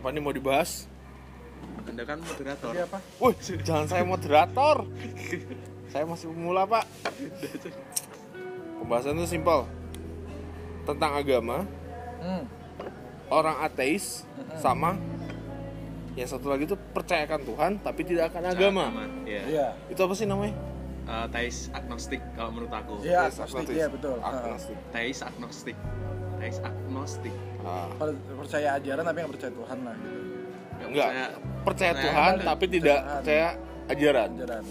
Apa nih mau dibahas? Anda kan moderator. Jadi apa? Wih, jangan saya moderator. Saya masih pemula, Pak. Pembahasan itu simpel. Tentang agama, orang ateis, sama yang satu lagi itu percayakan Tuhan tapi tidak akan agama. Iya. Iya. Itu apa sih namanya? Teis agnostik kalau menurut aku. Iya, Teis agnostik, iya betul. Agnostik. Teis agnostik. Teis agnostik. Percaya ajaran tapi nggak percaya Tuhan lah gitu. Enggak, percaya Nah, Tuhan bener. tapi tidak Tuhan. percaya ajaran. Ajaran.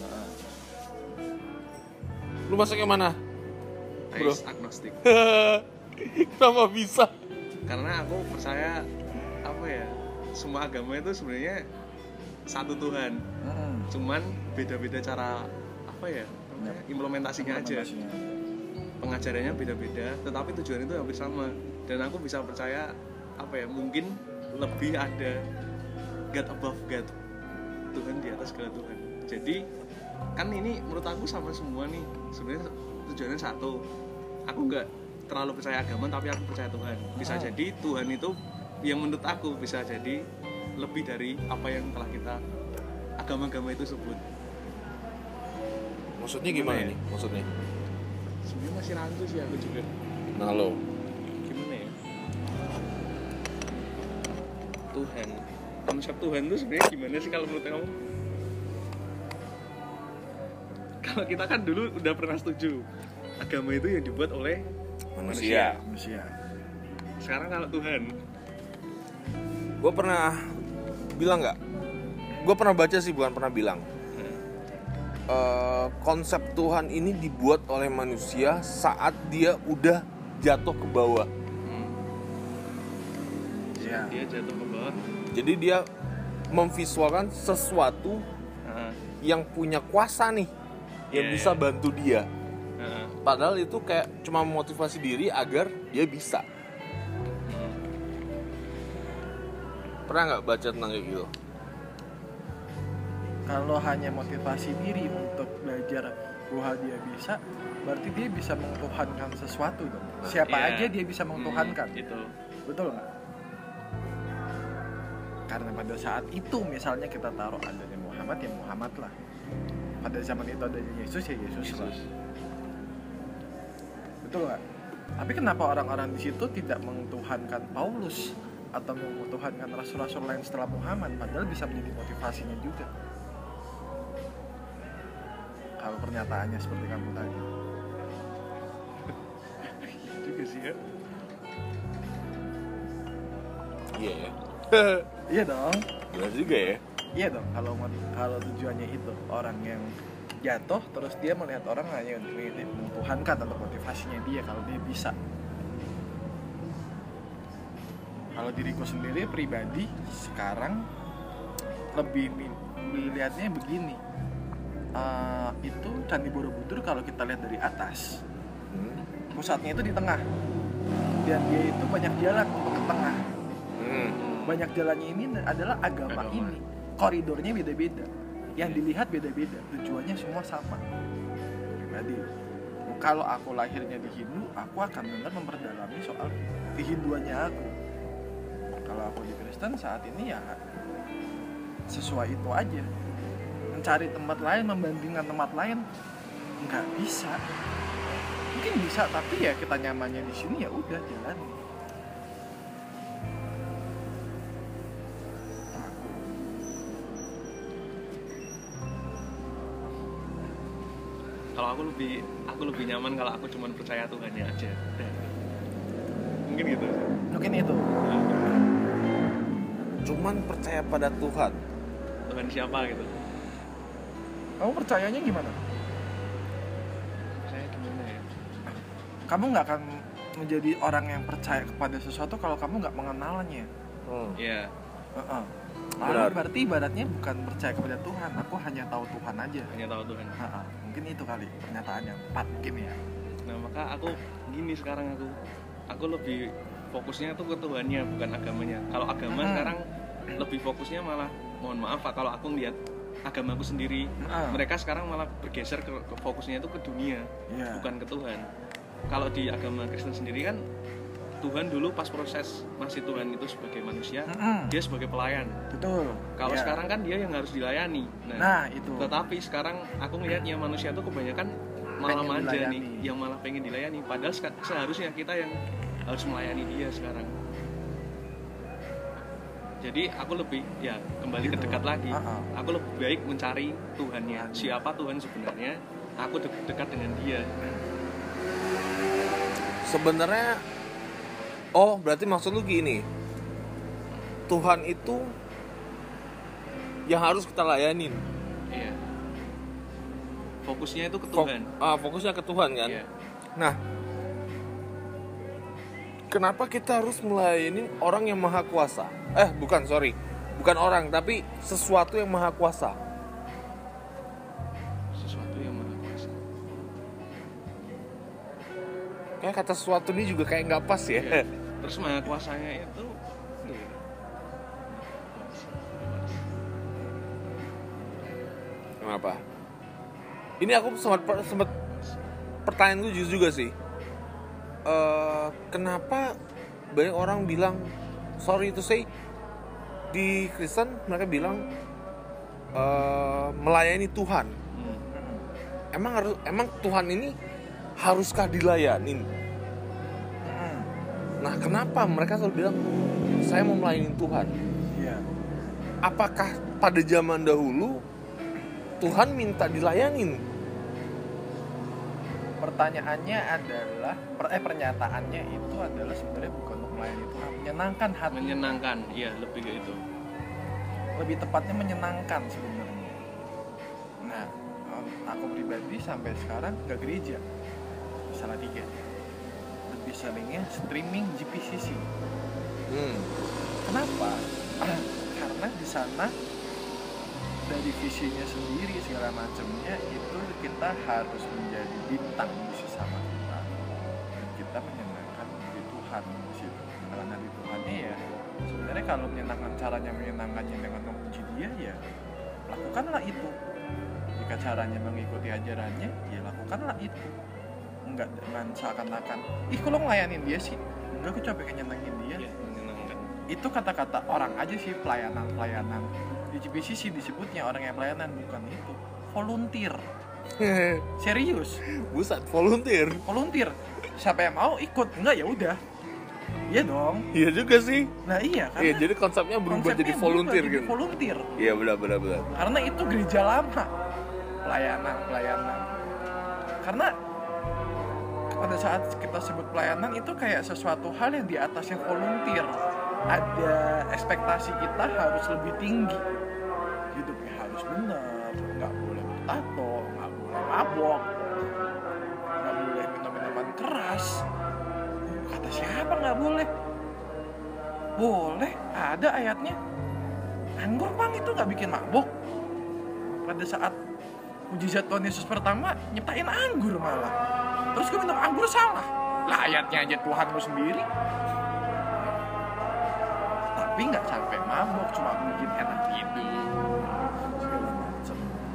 Lu masuk yang mana? Bro. Teis agnostik. Kenapa bisa? Karena aku percaya apa ya? Semua agama itu sebenarnya satu Tuhan. Cuman beda-beda cara apa ya? namanya, implementasinya aja. Pengajarannya beda-beda, tetapi tujuan itu hampir sama. Dan aku bisa percaya apa ya? Mungkin lebih ada God above God. Tuhan di atas segala Tuhan. Jadi kan ini menurut aku sama semua nih. Sebenarnya tujuannya satu. Aku nggak terlalu percaya agama tapi aku percaya Tuhan. Bisa jadi Tuhan itu yang menurut aku bisa jadi lebih dari apa yang telah kita agama-agama itu sebut. Maksudnya gimana Gimana ya? nih? Maksudnya? Sebenarnya masih rancu sih aku juga. Nah lo, Gimana ya? Tuhan. Konsep Tuhan itu sebenarnya gimana sih kalau menurut kamu? Kalau kita kan dulu udah pernah setuju agama itu yang dibuat oleh manusia. Manusia. Sekarang kalau Tuhan, Gue pernah bilang nggak? Gue pernah baca sih, bukan pernah bilang. Konsep Tuhan ini dibuat oleh manusia saat dia udah jatuh ke bawah. Iya. dia jatuh ke bawah. Jadi dia memvisualkan sesuatu yang punya kuasa nih, yang Iya, bisa iya. bantu dia. Padahal itu kayak cuma memotivasi diri agar dia bisa. Pernah nggak baca tentang kayak gitu? Kalau hanya motivasi diri untuk belajar bahwa dia bisa, berarti dia bisa mengutuhankan sesuatu dong. Siapa Iya. aja dia bisa mengutuhankan. Itu. Betul nggak? Karena pada saat itu misalnya kita taruh adanya Muhammad, ya Muhammad lah. Pada zaman itu adanya Yesus, ya Yesus lah. Betul nggak? Tapi kenapa orang-orang di situ tidak mengutuhankan Paulus atau mengutuhankan rasul-rasul lain setelah Muhammad, padahal bisa menjadi motivasinya juga? Kalau pernyataannya seperti kamu tadi. Juga sih ya. Iya ya. Iya dong. Benar juga ya. Iya dong, kalau tujuannya itu orang yang jatuh terus dia melihat orang hanya untuk mengutuhankan atau motivasinya dia kalau dia bisa. Kalau diriku sendiri pribadi sekarang lebih melihatnya begini. Itu Candi Borobudur kalau kita lihat dari atas, pusatnya itu di tengah dan dia itu banyak jalan untuk ke tengah. Banyak jalannya ini adalah agama ini. Koridornya beda-beda, yang dilihat beda-beda, tujuannya semua sama. Pribadi, kalau aku lahirnya di Hindu, aku akan benar memperdalami soal kehinduannya aku. Kalau aku di Kristen saat ini ya sesuai itu aja. Mencari tempat lain, membandingkan tempat lain nggak bisa. Mungkin bisa, tapi ya kita nyamannya di sini ya udah jalan. Kalau aku lebih nyaman kalau aku cuma percaya Tuhannya aja. Udah. Mungkin gitu. Mungkin itu. Cuman percaya pada Tuhan. Tuhan siapa gitu. Kamu percayanya gimana? Saya gimana ya? Kamu nggak akan menjadi orang yang percaya kepada sesuatu kalau kamu nggak mengenalnya. Iya. Benar. Berarti ibaratnya bukan percaya kepada Tuhan, aku hanya tahu Tuhan aja. Hanya tahu Tuhan. Mungkin itu kali pernyataan yang tepat mungkin ya. Nah, maka aku gini sekarang aku lebih fokusnya tuh ke Tuhannya bukan agamanya. Kalau agama sekarang lebih fokusnya malah mohon maaf Pak, kalau aku ngeliat agamaku sendiri, mereka sekarang malah bergeser ke fokusnya itu ke dunia, Iya. bukan ke Tuhan. Kalau di agama Kristen sendiri kan Tuhan dulu pas proses masih Tuhan itu sebagai manusia, dia sebagai pelayan. Betul. Kalau sekarang kan dia yang harus dilayani. Nah, itu. Tetapi sekarang aku ngelihatnya manusia tuh kebanyakan malah manja nih, yang malah pengen dilayani. Padahal seharusnya kita yang harus melayani dia sekarang. Jadi aku lebih kembali ke dekat lagi. Aku lebih baik mencari Tuhannya. Siapa Tuhan sebenarnya? Aku dekat dengan dia. Sebenarnya berarti maksud lu gini. Tuhan itu yang harus kita layanin. Iya. Fokusnya itu ke Tuhan. Fokusnya ke Tuhan kan. Iya. Nah, kenapa kita harus melayani orang yang maha kuasa? Bukan orang, tapi sesuatu yang maha kuasa. Sesuatu yang maha kuasa. Kayak kata sesuatu ini juga kayak nggak pas ya. Iya. Terus maha kuasanya itu Kenapa? Ini aku sempat pertanyaan gue juga sih. Kenapa banyak orang bilang, sorry to say, di Kristen mereka bilang melayani Tuhan. Emang Tuhan ini haruskah dilayanin? Nah, kenapa mereka selalu bilang saya mau melayani Tuhan? Iya. Apakah pada zaman dahulu Tuhan minta dilayanin? Pertanyaannya adalah, pernyataannya itu adalah sebenarnya bukan untuk melayani Tuhan, menyenangkan hati. Menyenangkan, iya lebih ke itu. Lebih tepatnya menyenangkan sebenarnya. Nah, aku pribadi sampai sekarang nggak gereja, salah 3. Lebih seringnya streaming GPCC. Kenapa? Karena di sana dari visinya sendiri segala macamnya itu kita harus menjadi bintang di sesama kita dan kita menyenangkan diri Tuhan di situ. Karena di Tuhannya ya sebenarnya kalau menyenangkan, caranya menyenangkannya dengan memuji Dia ya lakukanlah itu. Jika caranya mengikuti ajarannya ya lakukanlah itu. Enggak dengan seakan-akan kalau ngelayanin Dia sih enggak, aku capek nyenengin Dia. Ya, menyenangkan. Itu kata-kata orang aja sih, pelayanan. Di GPCC disebutnya orang yang pelayanan, bukan itu. Volunteer. Serius. Buset, volunteer. Siapa yang mau ikut? Enggak ya udah. Iya dong. Iya juga sih. Nah iya kan. Iya, jadi konsepnya berubah jadi volunteer gitu. Volunteer. Iya benar. Karena itu gereja lama. Pelayanan. Karena pada saat kita sebut pelayanan itu kayak sesuatu hal yang di atasnya volunteer. Ada ekspektasi kita harus lebih tinggi, hidupnya harus benar, nggak boleh bertato, nggak boleh mabok, nggak boleh minum minuman keras. Kata siapa nggak boleh? Boleh, ada ayatnya. Anggur bang itu nggak bikin mabok. Pada saat mujizat Tuhan Yesus pertama nyiptain anggur malah, terus gue minum anggur salah. Lah ayatnya aja Tuhan lu sendiri. Tapi nggak sampai mabok, cuma bikin enak tidur segala macam.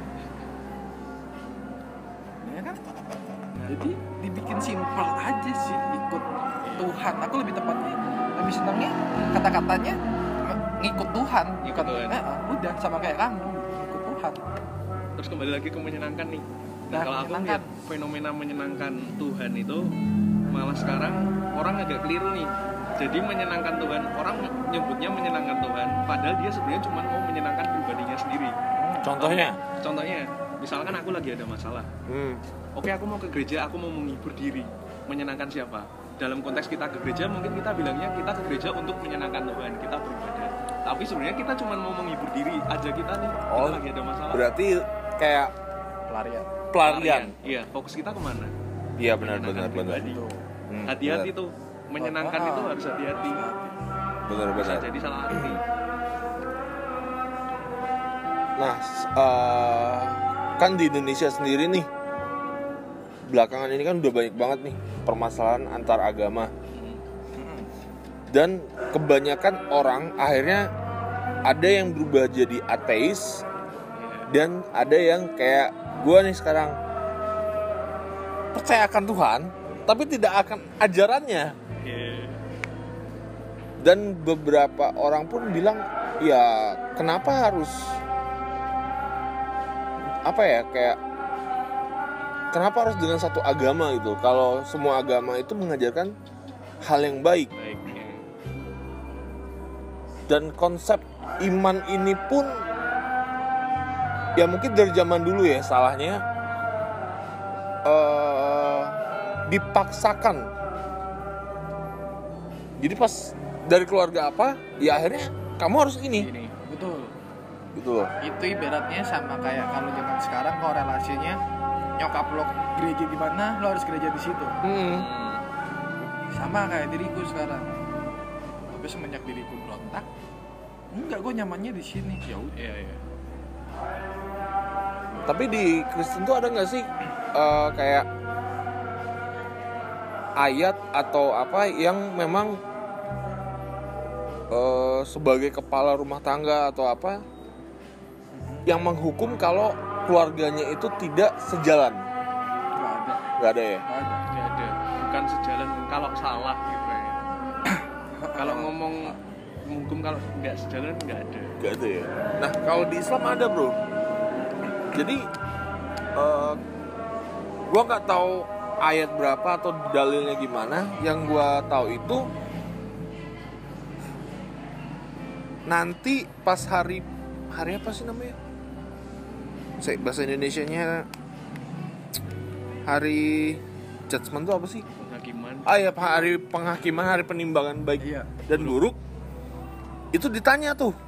Ya kan? Jadi dibikin simpel aja sih ikut Tuhan. Aku lebih tepatnya lebih senangnya kata-katanya ngikut Tuhan. Udah sama kayak kamu ikut Tuhan. Terus kembali lagi ke menyenangkan nih. Nah, kalau aku lihat fenomena menyenangkan Tuhan itu malah sekarang orang agak keliru nih. Jadi menyenangkan Tuhan, orang nyebutnya menyenangkan Tuhan, padahal dia sebenarnya cuma mau menyenangkan pribadinya sendiri. Contohnya, misalkan aku lagi ada masalah. Oke, aku mau ke gereja, aku mau menghibur diri. Menyenangkan siapa? Dalam konteks kita ke gereja, mungkin kita bilangnya kita ke gereja untuk menyenangkan Tuhan, kita beribadah. Tapi sebenarnya kita cuma mau menghibur diri aja kita nih. Kita lagi ada masalah. Berarti kayak pelarian. Iya, fokus kita kemana? Iya benar. Hati-hati tuh. Menyenangkan itu harus hati-hati. Benar. Bisa jadi salah arti. Nah, kan di Indonesia sendiri nih, belakangan ini kan udah banyak banget nih permasalahan antar agama. Dan kebanyakan orang akhirnya ada yang berubah jadi ateis, dan ada yang kayak gue nih sekarang percaya akan Tuhan, tapi tidak akan ajarannya. Dan beberapa orang pun bilang, ya kenapa harus kenapa harus dengan satu agama gitu? Kalau semua agama itu mengajarkan hal yang baik. Dan konsep iman ini pun ya mungkin dari zaman dulu ya salahnya dipaksakan. Jadi pas dari keluarga apa, ya akhirnya kamu harus ini. Betul. Gitu loh. Itu ibaratnya sama kayak kalau zaman sekarang korelasinya nyokap lo gereja di mana, lo harus gereja di situ. Sama kayak diriku sekarang. Tapi semenjak diriku berontak, enggak, gue nyamannya di sini. Ya udah. Iya. Tapi di Kristen tuh ada nggak sih kayak ayat atau apa yang memang sebagai kepala rumah tangga atau apa yang menghukum kalau keluarganya itu tidak sejalan? Nggak ada ya? Nggak ada. Bukan sejalan kalau salah gitu ya. Kalau ngomong menghukum kalau nggak sejalan nggak ada. Nggak ada ya. Nah kalau di Islam ada bro. Jadi gue nggak tahu ayat berapa atau dalilnya gimana. Yang gue tahu itu nanti pas hari apa sih namanya? Bahasa Indonesianya hari judgment itu apa sih? Penghakiman. Ya hari penghakiman, hari penimbangan baik dan buruk. Itu ditanya tuh,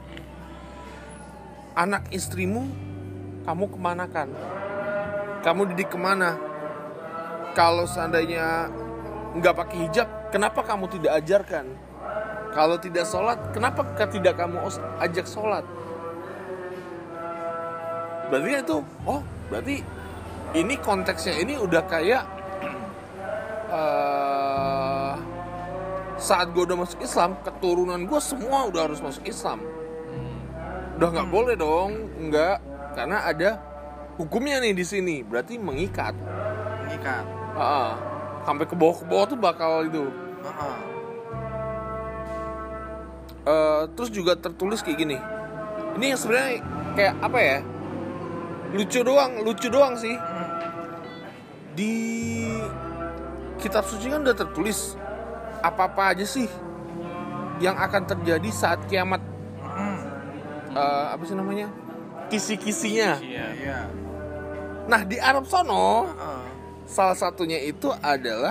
anak istrimu kamu kemanakan? Kamu didik kemana? Kalau seandainya nggak pakai hijab, kenapa kamu tidak ajarkan? Kalau tidak sholat, kenapa tidak kamu ajak sholat? Berarti itu, berarti ini konteksnya ini udah kayak saat gue udah masuk Islam, keturunan gue semua udah harus masuk Islam. Udah nggak boleh dong, nggak, karena ada hukumnya nih di sini, berarti mengikat. Sampai ke bawah tuh bakal itu. Terus juga tertulis kayak gini. Ini yang sebenarnya kayak apa ya? Lucu doang sih. Di kitab suci kan udah tertulis apa-apa aja sih yang akan terjadi saat kiamat. Apa sih namanya? Kisi-kisinya. Iya. Nah, di Arab sono salah satunya itu adalah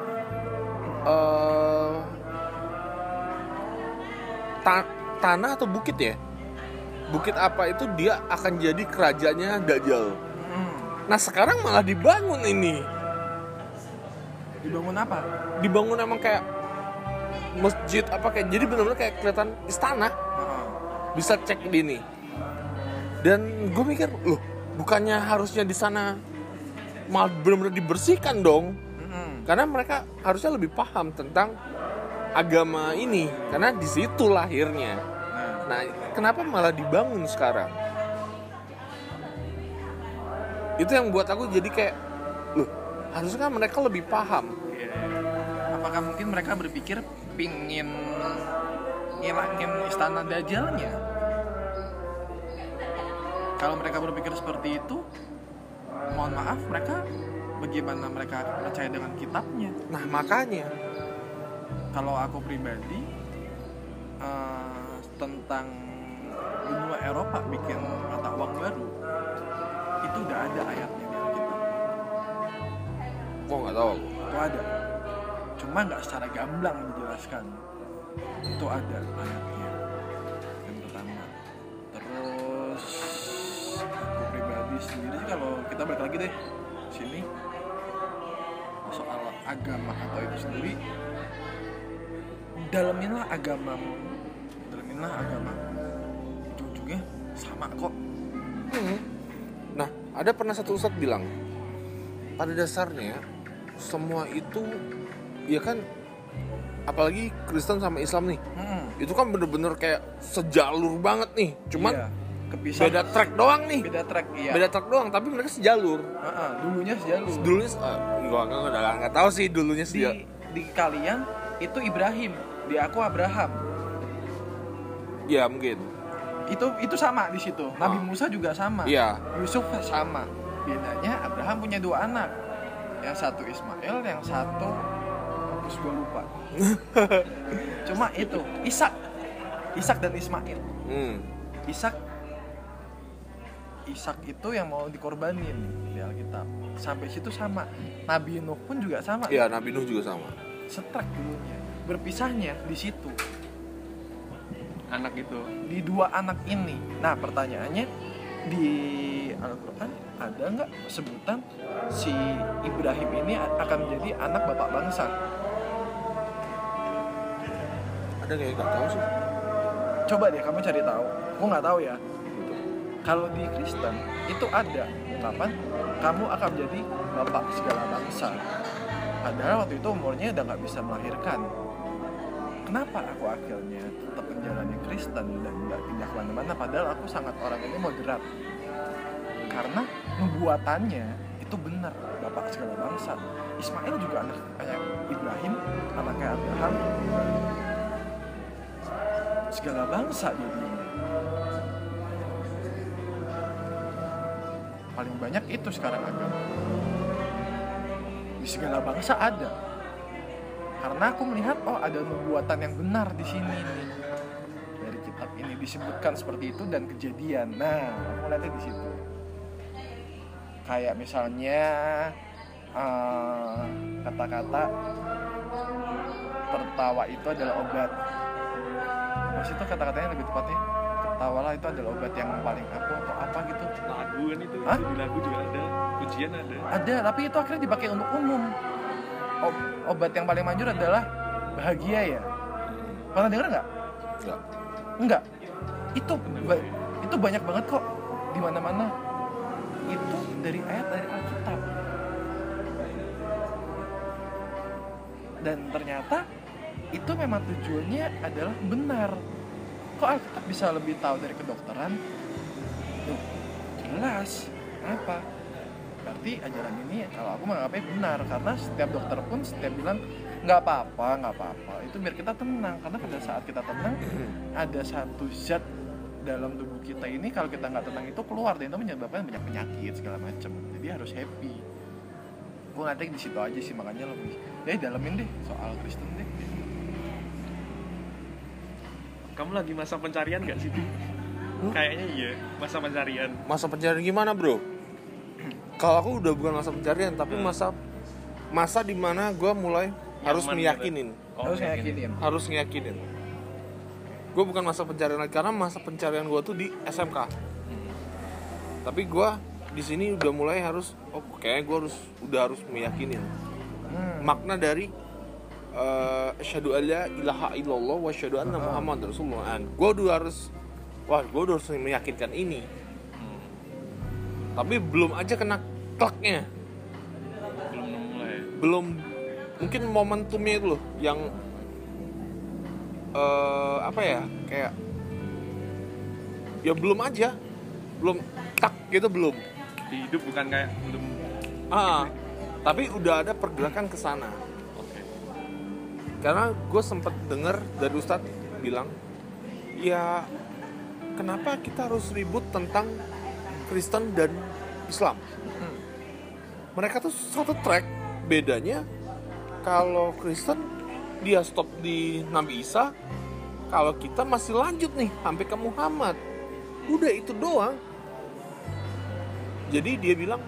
tanah atau bukit ya. Bukit apa itu dia akan jadi kerajaannya Dajjal. Nah sekarang malah dibangun ini. Dibangun apa? Dibangun emang kayak masjid apa kayak, jadi benar-benar kayak kelihatan istana. Bisa cek di ini. Dan gue mikir, loh bukannya harusnya di sana malah benar-benar dibersihkan dong? Karena mereka harusnya lebih paham tentang agama ini, karena di situ lahirnya. Nah, kenapa malah dibangun sekarang? Itu yang buat aku jadi kayak, loh, harusnya kan mereka lebih paham. Apakah mungkin mereka berpikir pingin ngilangin istana Dajjalnya? Kalau mereka berpikir seperti itu, mohon maaf, bagaimana mereka percaya dengan kitabnya? Nah, makanya kalau aku pribadi tentang benua Eropa bikin mata uang baru, itu udah ada ayatnya di Alkitab. Nggak tahu aku. Itu ada, cuma nggak secara gamblang dijelaskan. Itu ada ayatnya yang pertama. Terus aku pribadi sendiri sih, kalau kita balik lagi deh sini soal agama atau itu sendiri, dalaminlah agamamu, ujung-ujungnya sama kok. Nah, ada pernah satu ustadz bilang, pada dasarnya semua itu, ya kan, apalagi Kristen sama Islam nih, itu kan bener-bener kayak sejalur banget nih, cuman beda track doang nih. Beda track doang, tapi mereka sejalur. Dulunya sejalur. Gua nggak tahu sih dulunya sejalur. Di kalian itu Ibrahim, di aku Abraham. Ya mungkin. Itu sama di situ. Nabi Musa juga sama. Iya. Yusuf sama. Bedanya Abraham punya 2 anak. Yang satu Ismail, yang satu terus gue lupa. Cuma itu Ishak dan Ismail. Ishak itu yang mau dikorbanin di Alkitab. Sampai situ sama. Nabi Nuh pun juga sama. Iya, Nabi Nuh juga sama. Setrek dulunya. Berpisahnya di situ. Anak itu. Di 2 anak ini. Nah, pertanyaannya di Al-Quran ada nggak sebutan si Ibrahim ini akan menjadi anak bapak bangsa? Ada kayak nggak tahu sih. Coba deh kamu cari tahu. Aku nggak tahu ya. Kalau di Kristen itu ada kapan kamu akan menjadi bapak segala bangsa. Padahal waktu itu umurnya udah nggak bisa melahirkan. Kenapa aku akhirnya tetap menjalani Kristen dan nggak pindah kemana-mana? Padahal aku sangat orang ini moderat. Karena nubuatannya itu benar, bapak segala bangsa. Ismail juga anak Ibrahim, anaknya Abraham. Segala bangsa jadinya. Paling banyak itu sekarang agama. Di segala bangsa ada. Karena aku melihat ada nubuatan yang benar di sini nih. Dari kitab ini disebutkan seperti itu dan kejadian. Nah, aku lihatnya di situ. Kayak misalnya kata-kata tertawa itu adalah obat. Maksud itu kata-katanya lebih tepatnya tertawalah itu adalah obat yang paling aku atau apa gitu. Lagu kan itu. Di lagu juga ada, pujian ada. Ada, tapi itu akhirnya dipakai untuk umum. Obat yang paling manjur adalah bahagia ya. Pernah dengar nggak? Enggak. Itu banyak banget kok di mana-mana. Itu dari ayat dari Alkitab. Dan ternyata itu memang tujuannya adalah benar. Kok Alkitab bisa lebih tahu dari kedokteran? Tuh, jelas. Kenapa? Berarti ajaran ini kalau aku menganggapnya benar, karena setiap dokter pun setiap bilang nggak apa-apa, itu biar kita tenang. Karena pada saat kita tenang ada satu zat dalam tubuh kita ini, kalau kita nggak tenang itu keluar dan itu menyebabkan banyak penyakit segala macam. Jadi harus happy. Gue ngantek di situ aja sih, makanya lebih dalamin deh soal Kristen deh. Kamu lagi masa pencarian nggak sih? Kayaknya iya, masa pencarian. Masa pencarian gimana, bro? Kalau aku udah bukan masa pencarian, tapi masa dimana gue mulai harus meyakinin. Harus ngeyakinin. Gue bukan masa pencarian lagi, karena masa pencarian gue tuh di SMK. Tapi gue di sini udah mulai harus, kayaknya gue harus meyakinin makna dari asyhadu alla ilaha illallah wa asyhadu anna muhammadar rasulullah. Gue udah harus meyakinkan ini. Tapi belum aja kena klaknya. Belum mungkin momentumnya itu loh yang kayak ya belum tak gitu belum. Di hidup bukan kayak belum. Tapi udah ada pergerakan ke sana. Karena gue sempet denger dari Ustadz bilang, ya kenapa kita harus ribut tentang Kristen dan Islam? Mereka tuh satu track. Bedanya kalau Kristen dia stop di Nabi Isa, kalau kita masih lanjut nih sampai ke Muhammad. Udah itu doang. Jadi dia bilang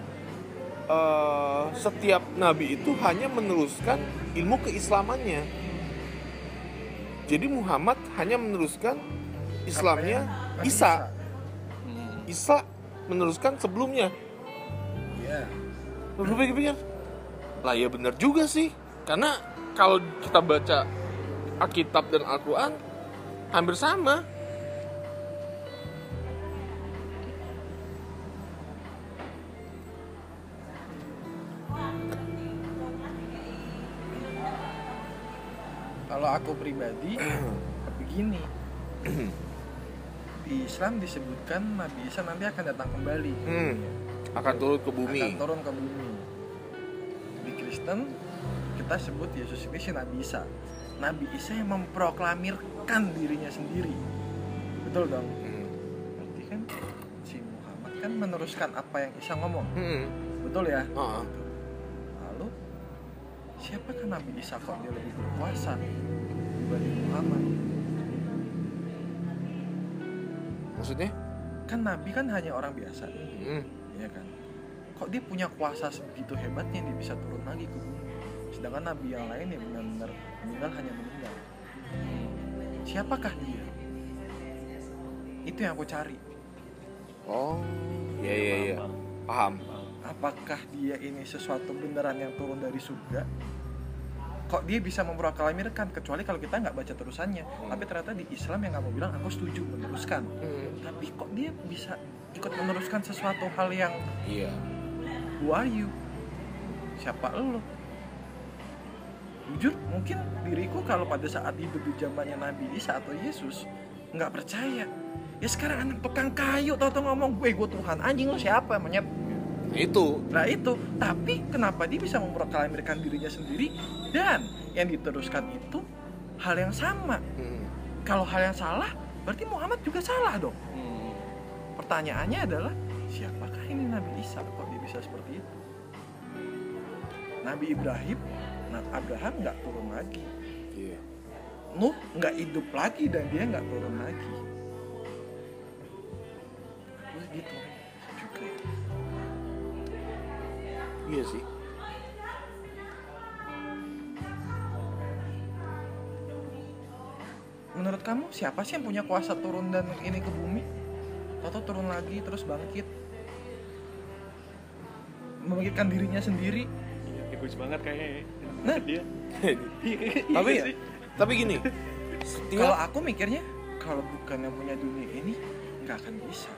setiap nabi itu hanya meneruskan ilmu keislamannya. Jadi Muhammad hanya meneruskan Islamnya Isa. Isa meneruskan sebelumnya. Iya. Lu pikir-pikir, lah ya benar juga sih. Karena kalau kita baca Alkitab dan Al-Quran hampir sama. Kalau aku pribadi begini, di Islam disebutkan Nabi Isa nanti akan datang kembali, akan turun ke bumi. Di Kristen kita sebut Yesus ini si Nabi Isa. Nabi Isa yang memproklamirkan dirinya sendiri. Betul dong. Berarti kan si Muhammad kan meneruskan apa yang Isa ngomong. Betul ya? Lalu siapakah Nabi Isa kok dia lebih berkuasa dibanding Muhammad? Maksudnya? Kan Nabi kan hanya orang biasa, ya kan? Kok dia punya kuasa sebegitu hebatnya dia bisa turun lagi ke bumi? Sedangkan Nabi yang lain yang benar-benar meninggal hanya meninggal. Siapakah dia? Itu yang aku cari. Oh, iya. Paham. Apakah dia ini sesuatu beneran yang turun dari surga? Kok dia bisa memproklamirkan, kecuali kalau kita nggak baca terusannya. Tapi ternyata di Islam yang kamu bilang aku setuju meneruskan. Tapi kok dia bisa ikut meneruskan sesuatu hal yang who are you? Siapa lo? Jujur mungkin diriku kalau pada saat hidup di zamannya Nabi Isa atau Yesus nggak percaya. Ya sekarang anak tukang kayu tau-tau ngomong gue Tuhan, anjing lo siapa emangnya? Nah itu, tapi kenapa dia bisa memproklamirkan dirinya sendiri dan yang diteruskan itu hal yang sama? Kalau hal yang salah, berarti Muhammad juga salah dong. Pertanyaannya adalah siapakah ini Nabi Isa kok dia bisa seperti itu? Nabi Ibrahim, Abraham nggak turun lagi. Nuh nggak hidup lagi dan dia nggak turun lagi. Gitu juga. Iya sih. Menurut kamu siapa sih yang punya kuasa turun dan ini ke bumi? Atau turun lagi terus bangkit? Membangkitkan dirinya sendiri? Egois banget kayaknya. Nah, dia. Tapi gini. Kalau aku mikirnya kalau bukan yang punya dunia ini nggak akan bisa.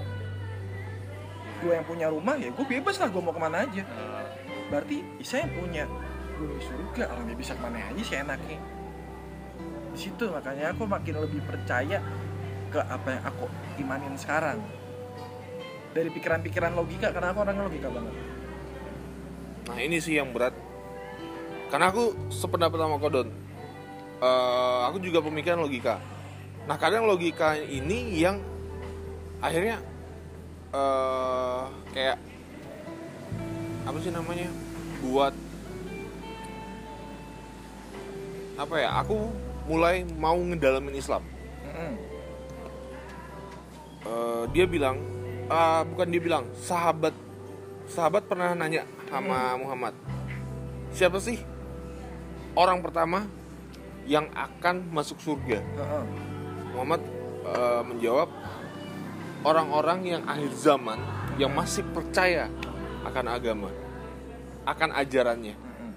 Gue yang punya rumah ya gue bebas lah, gue mau kemana aja. Berarti Isa yang punya bumi surga, orang dia bisa kemana aja sih enaknya. Di situ makanya aku makin lebih percaya ke apa yang aku imanin sekarang. Dari pikiran-pikiran logika, karena aku orangnya logika banget. Nah ini sih yang berat. Karena aku sependapat sama Kodon. Aku juga pemikiran logika. Nah kadang logika ini yang akhirnya kayak apa sih namanya, buat apa ya, aku mulai mau ngedalamin Islam. Dia bilang, bukan dia bilang, sahabat pernah nanya sama Muhammad, siapa sih orang pertama yang akan masuk surga? Muhammad menjawab, orang-orang yang akhir zaman yang masih percaya akan agama, akan ajarannya.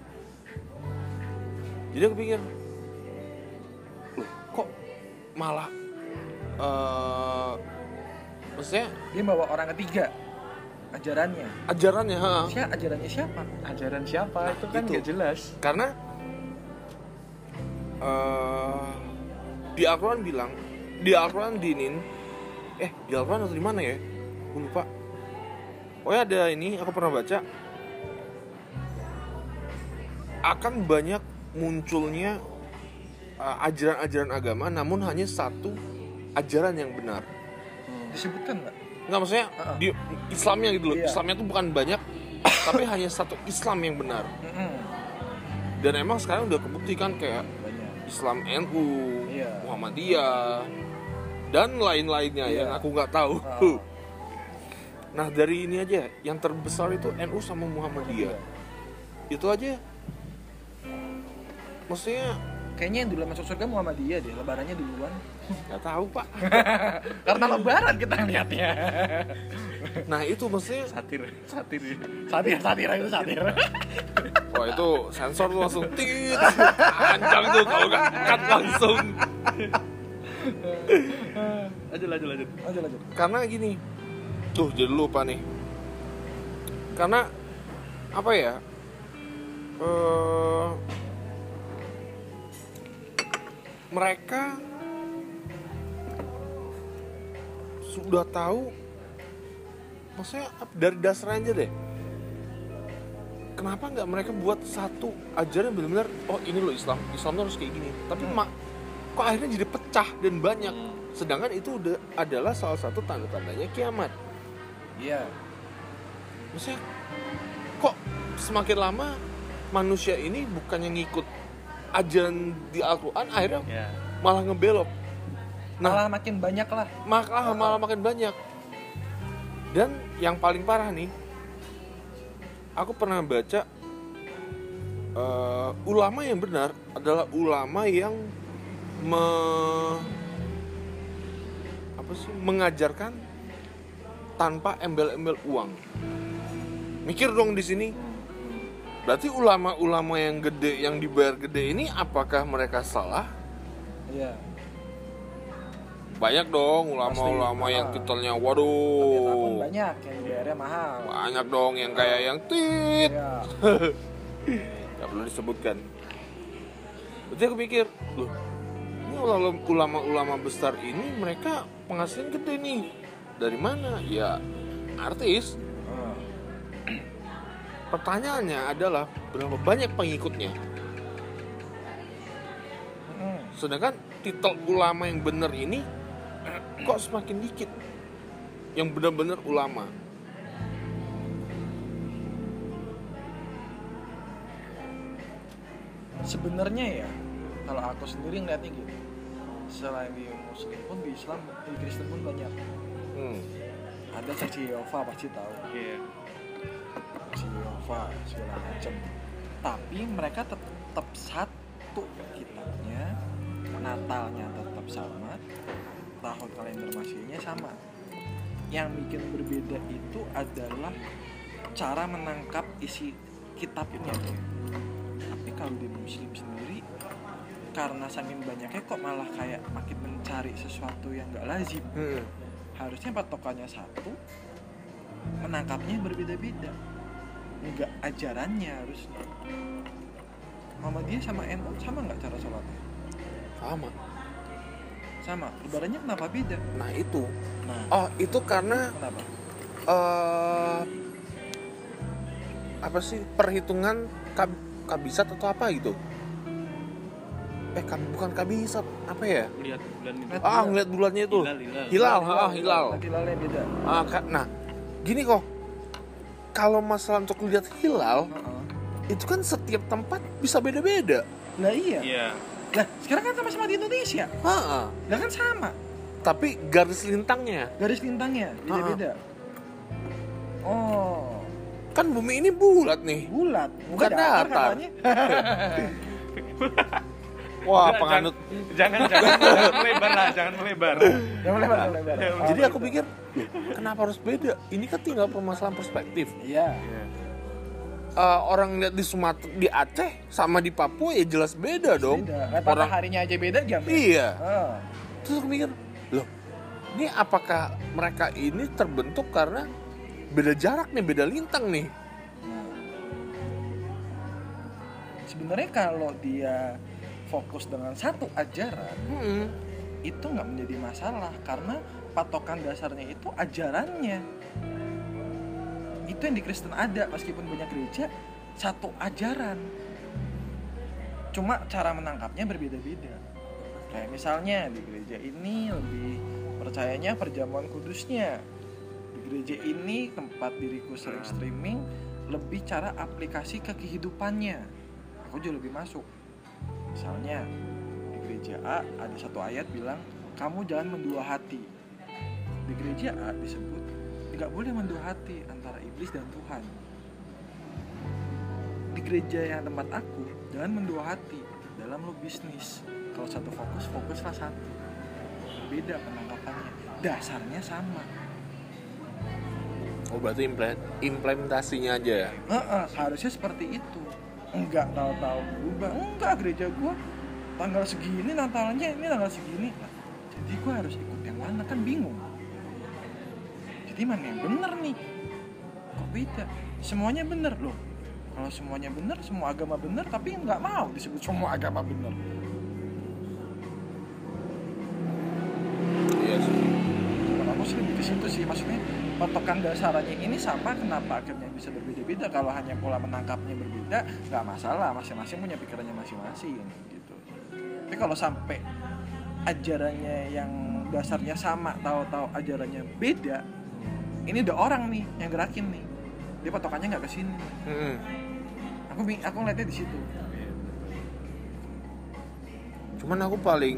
Jadi aku pikir, loh kok malah maksudnya dia bawa orang ketiga ajarannya. Ajarannya siapa? Ajaran siapa? Nah, itu kan nggak jelas. Karena di Al-Quran bilang, di Al-Quran dinin, di Al-Quran atau di mana ya? Gue lupa. Oh ya ada ini, aku pernah baca, akan banyak munculnya ajaran-ajaran agama, namun hanya satu ajaran yang benar. Disebutkan nggak? Nggak, maksudnya di Islamnya gitu loh. Islamnya tuh bukan banyak, tapi hanya satu Islam yang benar. Dan emang sekarang udah kebuktikan kayak banyak. Islam NU, Muhammadiyah, dan lain-lainnya yang aku nggak tahu. Nah dari ini aja, yang terbesar itu NU sama Muhammadiyah. Itu aja. Maksudnya kayaknya yang dulu masuk surga Muhammadiyah deh, lebarannya duluan. Gak tahu pak. Karena lebaran kita lihatnya. Nah itu maksudnya satir itu satir. Wah itu sensor tuh langsung tit, kencang tuh kalau gak cut langsung. Lanjut. Karena gini, tuh jadi lupa nih. Karena apa ya? Mereka sudah tahu, maksudnya dari dasar aja deh. Kenapa nggak mereka buat satu ajaran yang benar-benar, oh ini loh Islam harus kayak gini. Tapi kok akhirnya jadi pecah dan banyak. Sedangkan itu adalah salah satu tanda-tandanya kiamat. Iya. Maksudnya kok semakin lama manusia ini bukannya ngikut ajaran di Al-Quran, akhirnya malah ngebelok. Malah makin banyak lah. Malah makin banyak. Dan yang paling parah nih, aku pernah baca ulama yang benar adalah ulama yang mengajarkan tanpa embel-embel uang. Mikir dong di sini. Berarti ulama-ulama yang gede, yang dibayar gede ini, apakah mereka salah? Iya. Banyak dong ulama-ulama yang titelnya waduh. Banyak yang dibayarnya mahal. Banyak dong yang kayak yang tit. Iya. Gak perlu disebutkan. Berarti aku pikir, loh, ini ulama-ulama besar ini mereka penghasilan gede nih. Dari mana? Ya artis. Pertanyaannya adalah berapa banyak pengikutnya. Sedangkan titel ulama yang benar ini kok semakin dikit yang benar-benar ulama. Sebenarnya ya, kalau aku sendiri ngeliatnya gitu, selain di Muslim pun, di Islam, di Kristen pun banyak. Ada Saksi Yehova, pasti tahu. Iya. Saksi Yehova segala macam. Tapi mereka tetap satu kitabnya, Natalnya tetap sama, tahun kalender Masihnya sama. Yang bikin berbeda itu adalah cara menangkap isi kitabnya. Tapi kalau di Muslim sendiri, karena saking banyaknya kok malah kayak makin mencari sesuatu yang gak lazim. Harusnya patokannya satu, menangkapnya berbeda-beda, enggak ajarannya harusnya. Muhammadiyah sama NU sama nggak cara sholatnya? Sama. Lebarannya kenapa beda? Nah itu. Itu karena kenapa? Apa sih, perhitungan kabisat atau apa gitu? Bukan kabisat, apa ya? Lihat bulan itu. Ngeliat bulannya itu. Hilal. Hilalnya beda. Nah, gini kok. Kalau masalah untuk lihat hilal, itu kan setiap tempat bisa beda-beda. Nah iya. Nah, sekarang kan sama-sama di Indonesia. Nah kan sama. Tapi garis lintangnya beda-beda. Kan bumi ini bulat nih. Bukan datar. Wah, penganut. Jangan melebar. Jadi aku pikir, kenapa harus beda? Ini kan tinggal permasalahan perspektif. Iya. Orang lihat di Sumatera, di Aceh sama di Papua ya jelas beda dong. Orang harinya aja beda jam. Iya. Terus aku mikir, loh, ini apakah mereka ini terbentuk karena beda jarak nih, beda lintang nih? Sebenarnya kalau dia fokus dengan satu ajaran, itu nggak menjadi masalah karena patokan dasarnya itu ajarannya. Itu yang di Kristen ada, meskipun banyak gereja, satu ajaran. Cuma cara menangkapnya berbeda-beda. Kayak misalnya di gereja ini lebih percayanya perjamuan kudusnya. Di gereja ini tempat diriku sering streaming, lebih cara aplikasi ke kehidupannya. Aku juga lebih masuk. Misalnya di gereja A ada satu ayat bilang kamu jangan mendua hati. Di gereja A disebut tidak boleh mendua hati antara iblis dan Tuhan. Di gereja yang tempat aku jangan mendua hati dalam lo bisnis. Kalau satu fokuslah satu. Beda penangkapannya. Dasarnya sama. Berarti implementasinya aja ya? Harusnya seperti itu. Enggak tahu-tahu berubah. Enggak, gereja gua tanggal segini Natalnya ini tanggal segini. Jadi gua harus ikut yang mana, kan bingung. Jadi mana yang bener nih? Kok beda? Semuanya bener loh. Kalau semuanya bener, semua agama bener, tapi nggak mau disebut semua agama bener. Iya sih. Kalau aku sih lebih ke situ sih, maksudnya patokan dasarnya ini sama, kenapa akhirnya bisa berbeda-beda? Kalau hanya pola menangkapnya berbeda, nggak masalah, masing-masing punya pikirannya masing-masing gitu. Tapi kalau sampai ajarannya yang dasarnya sama, tahu-tahu ajarannya beda, ini udah orang nih yang gerakin nih, dia patokannya nggak ke sini. Aku ngeliatnya di situ. Cuman aku paling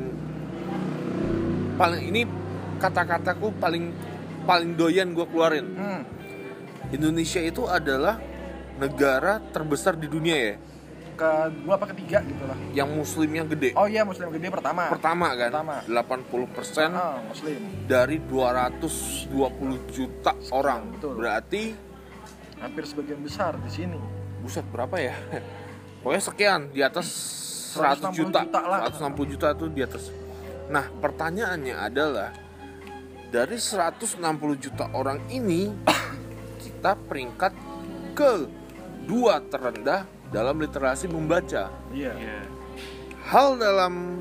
ini kata-kataku paling doyan gue keluarin. Indonesia itu adalah negara terbesar di dunia ya. Kedua apa ketiga gitu lah. Yang muslimnya gede. Oh iya, muslim gede pertama. Pertama kan. 80% muslim. Dari 220 juta orang. Betul. Berarti hampir sebagian besar di sini. Buset, berapa ya? Pokoknya sekian, di atas 100 juta lah. 160 juta itu di atas. Nah, pertanyaannya adalah dari 160 juta orang ini kita peringkat kedua terendah dalam literasi membaca. Iya. Hal dalam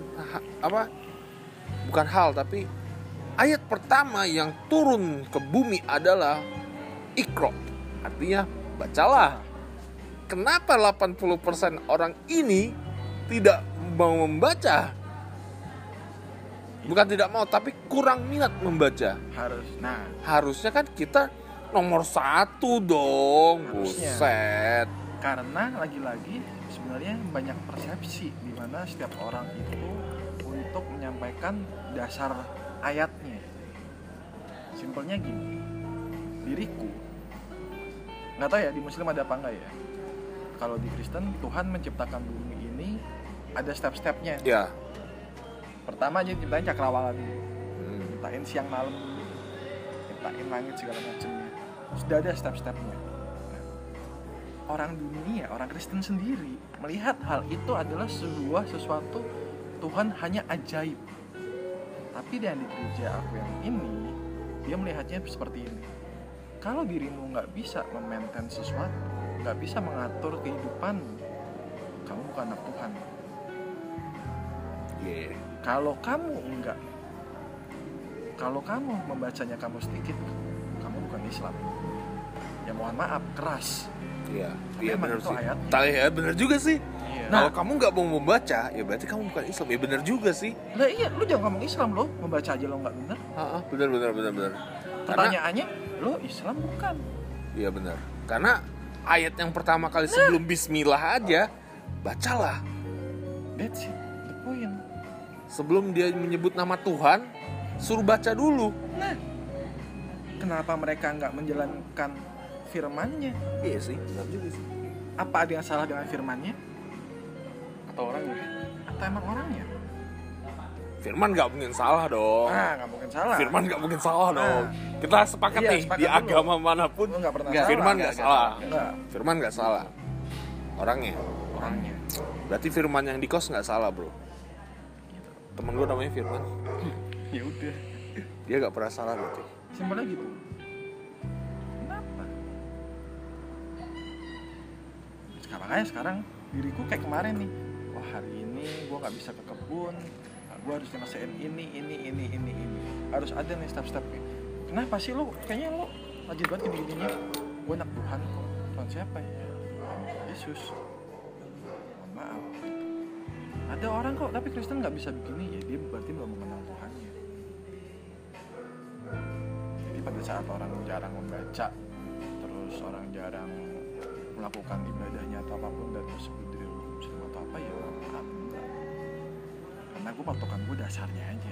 bukan hal, tapi ayat pertama yang turun ke bumi adalah Iqra, artinya bacalah. Kenapa 80% orang ini tidak mau membaca? Bukan tidak mau, tapi kurang minat membaca. Harusnya kan kita nomor 1 dong. Harusnya. Buset. Karena lagi-lagi sebenarnya banyak persepsi di mana setiap orang itu untuk menyampaikan dasar ayatnya. Simpelnya gini, diriku, nggak tahu ya di Muslim ada apa enggak ya. Kalau di Kristen, Tuhan menciptakan bumi ini ada step-stepnya. Ya. Pertama aja ciptain cakrawala dulu, ciptain siang malam dulu, ciptain langit segala macamnya. Sudah ada step-stepnya. Orang dunia, orang Kristen sendiri melihat hal itu adalah sesuatu Tuhan hanya ajaib. Tapi yang di gereja aku yang ini, dia melihatnya seperti ini. Kalau dirimu nggak bisa memaintain sesuatu, nggak bisa mengatur kehidupanmu, kamu bukan anak Tuhan. Kalau kamu membacanya kamu sedikit, kamu bukan Islam. Ya mohon maaf, keras. Iya benar sih. Ya benar juga sih. Iya. Kalau kamu nggak mau membaca, ya berarti kamu bukan Islam. Ya benar juga sih. Nah iya, lu jangan ngomong Islam lo, membaca aja lo nggak benar. Benar. Pertanyaannya, lo Islam bukan? Iya benar. Karena ayat yang pertama kali sebelum Bismillah aja, bacalah. That's it, the point. Sebelum dia menyebut nama Tuhan, suruh baca dulu. Nah, kenapa mereka nggak menjalankan firman-Nya? Iya sih, benar juga sih. Apa ada yang salah dengan firman-Nya? Atau orangnya? Atau emang orangnya? Firman nggak mungkin salah dong. Nggak mungkin salah. Firman nggak mungkin salah dong. Kita sepakat nih, sepakat di dulu. agama manapun Lu nggak pernah salah. Firman nggak salah. Nggak. Firman nggak salah. Orangnya. Berarti Firman yang di kos nggak salah, bro. Temen gue namanya Firman. Ya udah. Dia nggak pernah salah berarti. Simpelnya gitu. Kenapa? Makanya sekarang diriku kayak kemarin nih. Wah, hari ini gue nggak bisa ke kebun. Gue harus nyelesain ini. Harus ada nih step-stepnya. Kenapa sih lo? Kayaknya lo rajin banget gini-gininya. Gue anak Tuhan kok. Tuhan siapa ya? Yesus. Mohon maaf. Ada orang kok, tapi Kristen nggak bisa begini ya. Dia berarti belum mengenal Tuhannya. Jadi pada saat orang jarang membaca, terus orang jarang melakukan ibadahnya atau apapun dan tersebut diri lu Muslim atau apa ya, maaf enggak. Karena gue patokan gue dasarnya aja.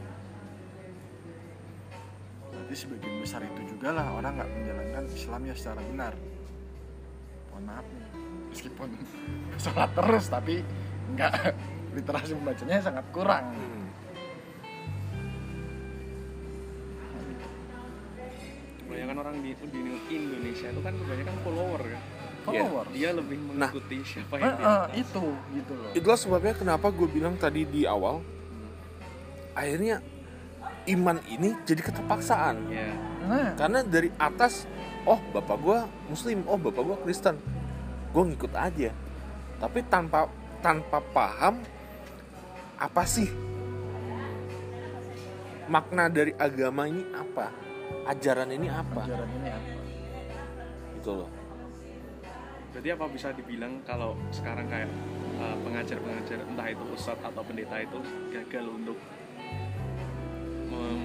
Berarti sebagian besar itu juga lah orang nggak menjalankan Islamnya secara benar. Mohon maaf nih, meskipun sholat terus tapi nggak, literasi membacanya sangat kurang. Kebanyakan orang di Indonesia itu kan kebanyakan follower kan. Follower. Dia lebih mengikuti siapa yang Itu gitu loh. Itulah sebabnya kenapa gue bilang tadi di awal, akhirnya iman ini jadi keterpaksaan. Nah, Karena dari atas, oh bapak gue Muslim, oh bapak gue Kristen, gue ngikut aja. Tapi tanpa paham apa sih makna dari agama ini, apa ajaran ini apa, ajaran ini apa? gitu loh. Berarti apa bisa dibilang kalau sekarang kayak pengajar-pengajar entah itu ustadz atau pendeta itu gagal untuk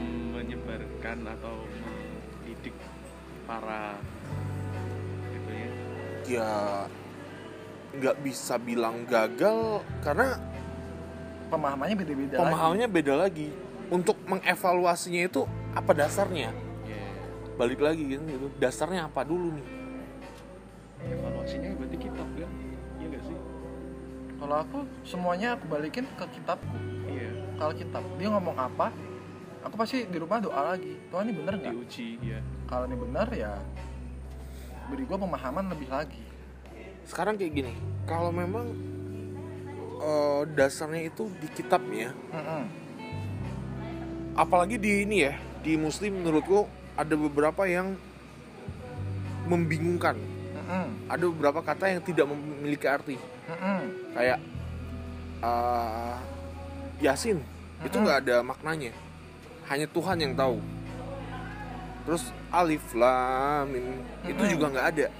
menyebarkan atau mendidik para gitu ya? Ya nggak bisa bilang gagal karena Pemahamannya beda-beda pemahamannya beda lagi. Untuk mengevaluasinya itu apa dasarnya? Yeah. Balik lagi gitu. Dasarnya apa dulu nih? Evaluasinya berarti kitab kan? Iya nggak sih? Kalau aku semuanya aku balikin ke kitabku. Iya. Kalau kitab dia ngomong apa, aku pasti di rumah doa lagi. Tuhan ini bener nggak? Diuji ya. Kalau ini bener ya beri gue pemahaman lebih lagi. Sekarang kayak gini, kalau memang dasarnya itu di kitabnya, apalagi di ini ya, di Muslim menurutku ada beberapa yang membingungkan. Ada beberapa kata yang tidak memiliki arti. Kayak Yasin, itu nggak ada maknanya, hanya Tuhan yang tahu. Terus Alif Lam Mim itu juga nggak ada.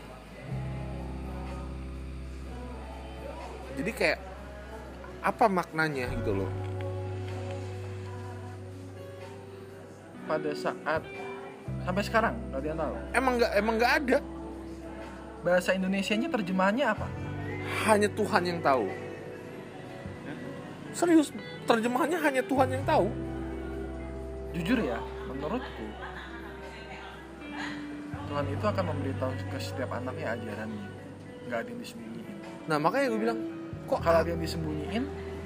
Jadi kayak apa maknanya gitu loh. Pada saat sampai sekarang nggak ada yang tahu. Emang nggak ada. Bahasa Indonesianya terjemahannya apa? Hanya Tuhan yang tahu. Serius, terjemahannya hanya Tuhan yang tahu. Jujur ya, menurutku Tuhan itu akan memberitahu ke setiap anaknya ajarannya, nggak ada yang disembunyiin. Nah makanya gue bilang, kok Kalau ada yang disembunyiin,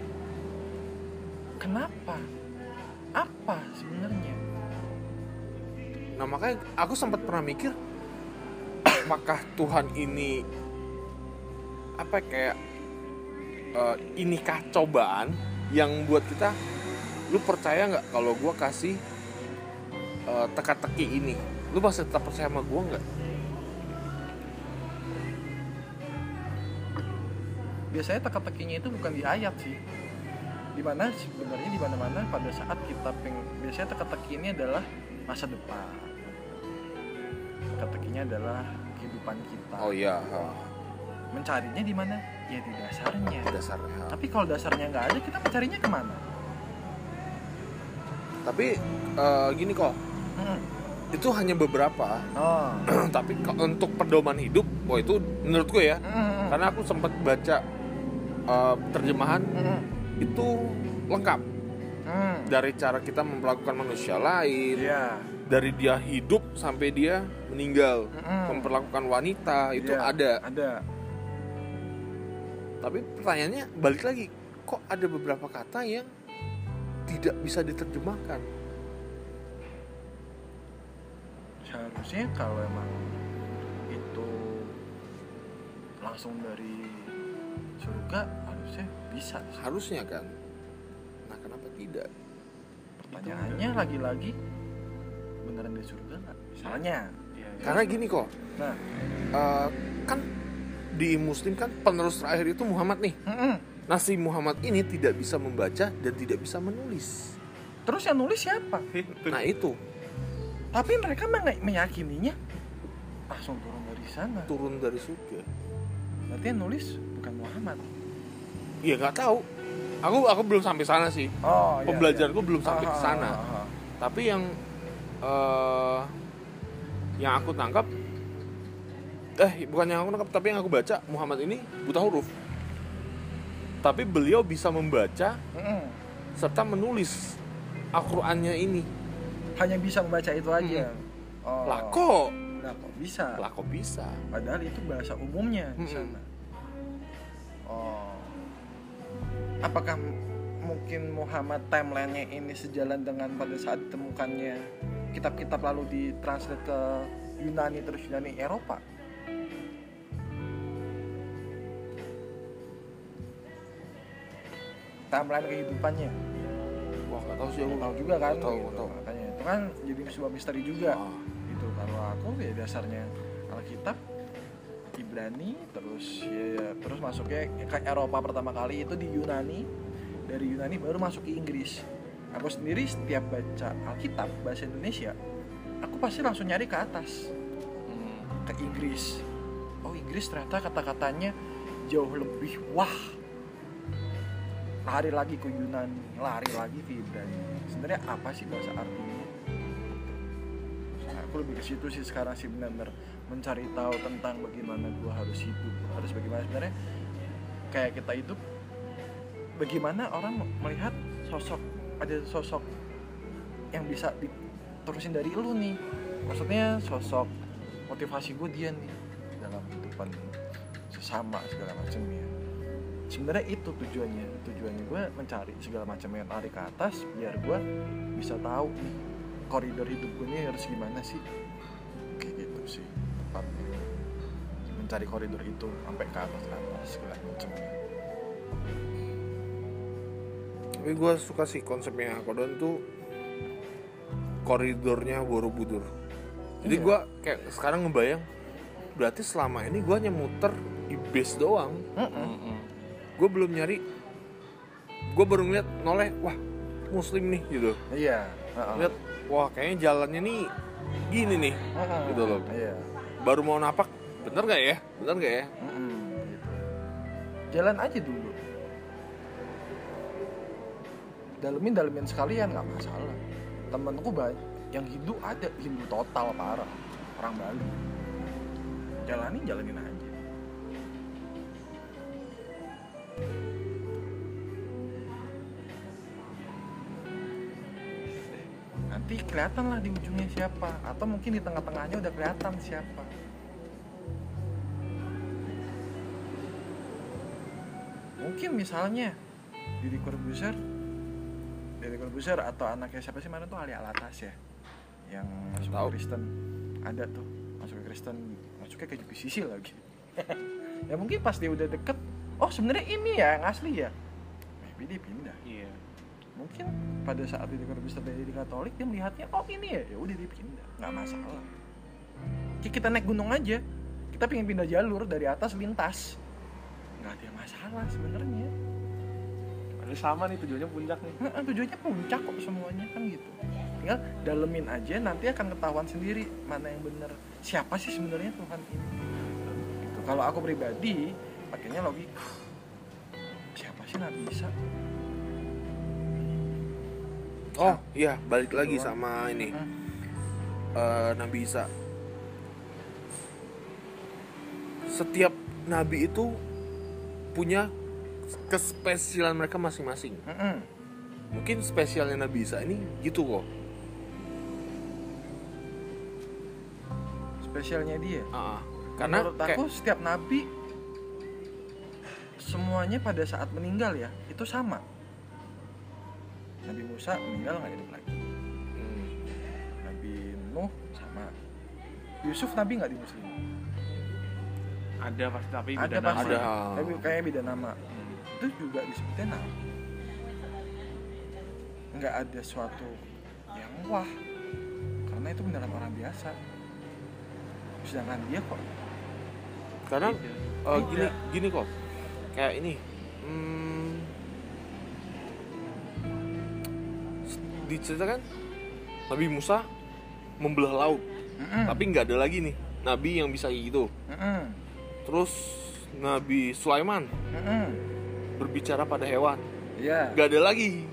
kenapa? Apa sebenarnya? Nah makanya aku sempat pernah mikir, apakah Tuhan ini apa kayak inikah cobaan yang buat kita, lu percaya nggak kalau gue kasih teka-teki ini, lu masih tetap percaya sama gue nggak? Biasanya teka-tekinya itu bukan di ayat sih. Dimana sebenarnya di mana-mana pada saat kita biasanya teka-teki ini adalah masa depan. Teka-tekinya adalah kehidupan kita. Oh iya. Mencarinya di mana? Ya di dasarnya. Dasarnya. Tapi kalau dasarnya nggak ada, kita mencarinya kemana? Tapi gini kok, itu hanya beberapa. Oh. Tapi untuk pedoman hidup, wah itu menurutku ya, karena aku sempat baca terjemahan itu lengkap dari cara kita memperlakukan manusia lain, dari dia hidup sampai dia meninggal, memperlakukan wanita itu ada. Tapi pertanyaannya balik lagi, kok ada beberapa kata yang tidak bisa diterjemahkan? Seharusnya kalau emang itu langsung dari surga harusnya bisa sih. Harusnya kan. Nah kenapa tidak? Pertanyaannya lagi-lagi beneran dari surga nggak? Misalnya. Karena gini kok. Nah, kan di Muslim kan penerus terakhir itu Muhammad nih. Nah si Muhammad ini tidak bisa membaca dan tidak bisa menulis. Terus yang nulis siapa? Nah itu. Tapi mereka meyakininya langsung turun dari sana. Turun dari surga. Berarti yang nulis bukan Muhammad. Iya nggak tahu. Aku belum sampai sana sih. Oh, pembelajaranku belum sampai ke sana. Tapi yang aku tangkap, bukan yang aku tangkap, tapi yang aku baca, Muhammad ini buta huruf. Tapi beliau bisa membaca serta menulis Al-Qur'annya ini. Hanya bisa membaca itu aja. Lah kok bisa? Padahal itu bahasa umumnya di sana. Apakah mungkin Muhammad timeline-nya ini sejalan dengan pada saat ditemukannya kitab-kitab lalu ditranslate ke Yunani terus Yunani Eropa? Timeline kehidupannya. Wah, nggak tahu sih aku. Tahu juga kan? Tahu. Makanya itu kan jadi sebuah misteri juga. Gitu. Kalau aku ya dasarnya Alkitab Ibrani terus masuknya ke Eropa pertama kali itu di Yunani, dari Yunani baru masuk ke Inggris. Aku sendiri setiap baca Alkitab bahasa Indonesia, aku pasti langsung nyari ke atas, ke Inggris. Oh Inggris ternyata kata-katanya jauh lebih wah. Lari lagi ke Yunani, lari lagi ke Ibrani. Sebenarnya apa sih bahasa artinya? aku lebih ke situ sih sekarang sih, benar-benar mencari tahu tentang bagaimana gue harus hidup, harus bagaimana sebenarnya kayak kita hidup, bagaimana orang melihat ada sosok yang bisa diterusin dari lu nih, maksudnya sosok motivasi gue dia nih dalam kehidupan sesama segala macamnya. Sebenarnya itu tujuannya gue mencari segala macam yang tarik ke atas biar gue bisa tahu nih koridor hidup gue nih harus gimana sih, kayak gitu sih tepatnya, mencari koridor itu sampai ke atas segala macamnya. Tapi gue suka sih konsepnya Kodon tuh koridornya Borobudur. Jadi gue kayak sekarang ngebayang, berarti selama ini gue hanya muter di base doang. Gue belum nyari, gue baru ngeliat noleh, wah muslim nih gitu. Iya. Lihat, wah kayaknya jalannya nih gini nih, gitu loh. Iya. Baru mau napak, bener gak ya? Gitu. Jalan aja dulu. Dalemin sekalian nggak masalah. Temenku banyak yang Hindu, ada Hindu total parah, orang Bali. Jalanin aja. Nanti kelihatan lah di ujungnya siapa, atau mungkin di tengah-tengahnya udah kelihatan siapa. Mungkin misalnya Deddy Corbuzier atau anaknya siapa sih mana tuh, Ali Alatas ya, yang masuk ke Kristen, ada tuh masuk ke Kristen, masuknya ke JPCC lagi. Ya mungkin pas dia udah deket, oh sebenarnya ini ya yang asli ya, maybe dia pindah. Iya. Mungkin pada saat Deddy Corbuzier jadi Katolik, dia melihatnya oh ini ya udah dia pindah, nggak masalah. Kita naik gunung aja, kita pengen pindah jalur dari atas lintas, nggak ada masalah sebenarnya. Ada sama nih tujuannya puncak nih. Tujuannya puncak kok semuanya kan gitu. Tinggal dalemin aja, nanti akan ketahuan sendiri mana yang benar. Siapa sih sebenarnya Tuhan ini? Gitu. Kalau aku pribadi pakainya logika. Siapa sih Nabi Isa? Oh iya, balik lagi sama ini Nabi Isa. Setiap nabi itu punya kespesialan mereka masing-masing. Mungkin spesialnya Nabi Isa ini gitu kok. Spesialnya dia. Karena menurut aku setiap nabi semuanya pada saat meninggal ya itu sama. Nabi Musa meninggal nggak hidup lagi. Nabi Nuh sama. Yusuf nabi nggak di Muslim. Ada pasti, tapi ada beda nama. pasti. Tapi kayaknya beda nama. Itu juga disebutnya nabi. Nggak ada suatu yang wah, karena itu beneran orang biasa. Sedangkan dia kok. Karena gini kok, kayak ini. Diceritakan Nabi Musa membelah laut, tapi nggak ada lagi nih nabi yang bisa kayak gitu. Terus Nabi Sulaiman berbicara pada hewan, nggak ada lagi.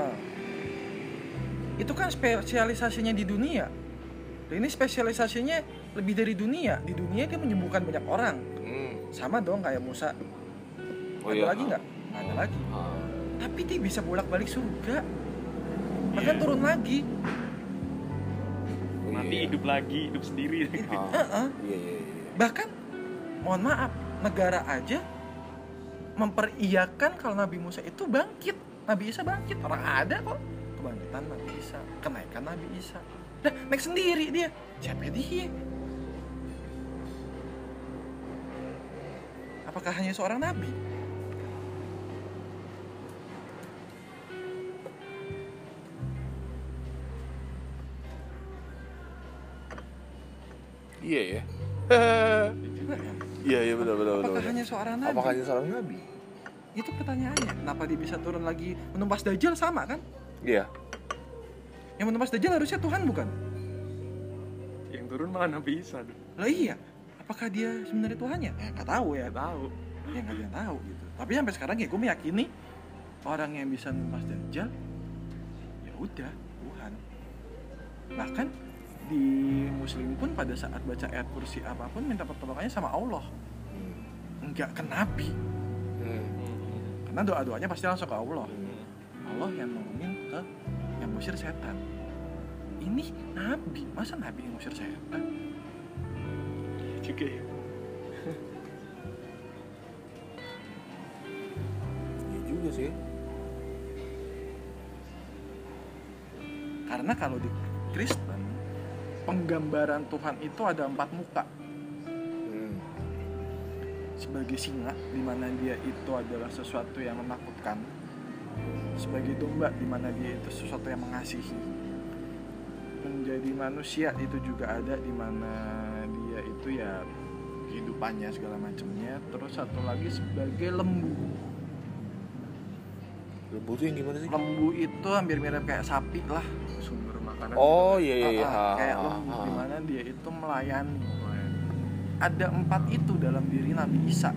Itu kan spesialisasinya di dunia. Dan ini spesialisasinya lebih dari dunia. Di dunia dia menyembuhkan banyak orang. Sama dong kayak Musa. Ada lagi nggak? Nggak ada lagi. Tapi dia bisa bolak-balik surga. Bahkan turun lagi. Mati hidup lagi, hidup sendiri. Bahkan mohon maaf, negara aja memperiyakan kalau Nabi Musa itu bangkit. Nabi Isa bangkit. Orang ada kok kebangkitan Nabi Isa, kenaikan Nabi Isa. Nah, naik sendiri dia. Siapa dia? Apakah hanya seorang nabi? Iya ya. Iya benar. Apakah hanya seorang nabi? Apakah hanya seorang nabi? Itu pertanyaannya. Kenapa dia bisa turun lagi menumpas Dajjal, sama kan? Iya. Yang menumpas Dajjal harusnya Tuhan bukan? Yang turun malah Nabi Isa. Lah iya. Apakah dia sebenarnya Tuhannya? Ya nggak tahu ya. Nggak tahu. Ya nggak ada yang tahu gitu. Tapi sampai sekarang ya gue meyakini orang yang bisa menumpas Dajjal ya udah Tuhan. Bahkan di Muslim pun pada saat baca ayat kursi apapun minta pertolongannya sama Allah, enggak ke Nabi. Karena doa-doanya pasti langsung ke Allah. Allah yang nolongin ke yang ngusir setan. Ini Nabi, masa Nabi yang ngusir setan? Juga ya. Iya juga sih. Karena kalau di Kristen penggambaran Tuhan itu ada 4 muka. Sebagai singa, di mana dia itu adalah sesuatu yang menakutkan. Sebagai domba, di mana dia itu sesuatu yang mengasihi. Menjadi manusia itu juga ada, di mana dia itu ya kehidupannya segala macamnya. Terus satu lagi sebagai lembu. Lembu itu yang gimana sih? Lembu itu hampir mirip kayak sapi lah. Sumber makanan. Oh iya. Kayak lembu, di mana dia itu melayani. Ada 4 itu dalam diri Nabi Isa,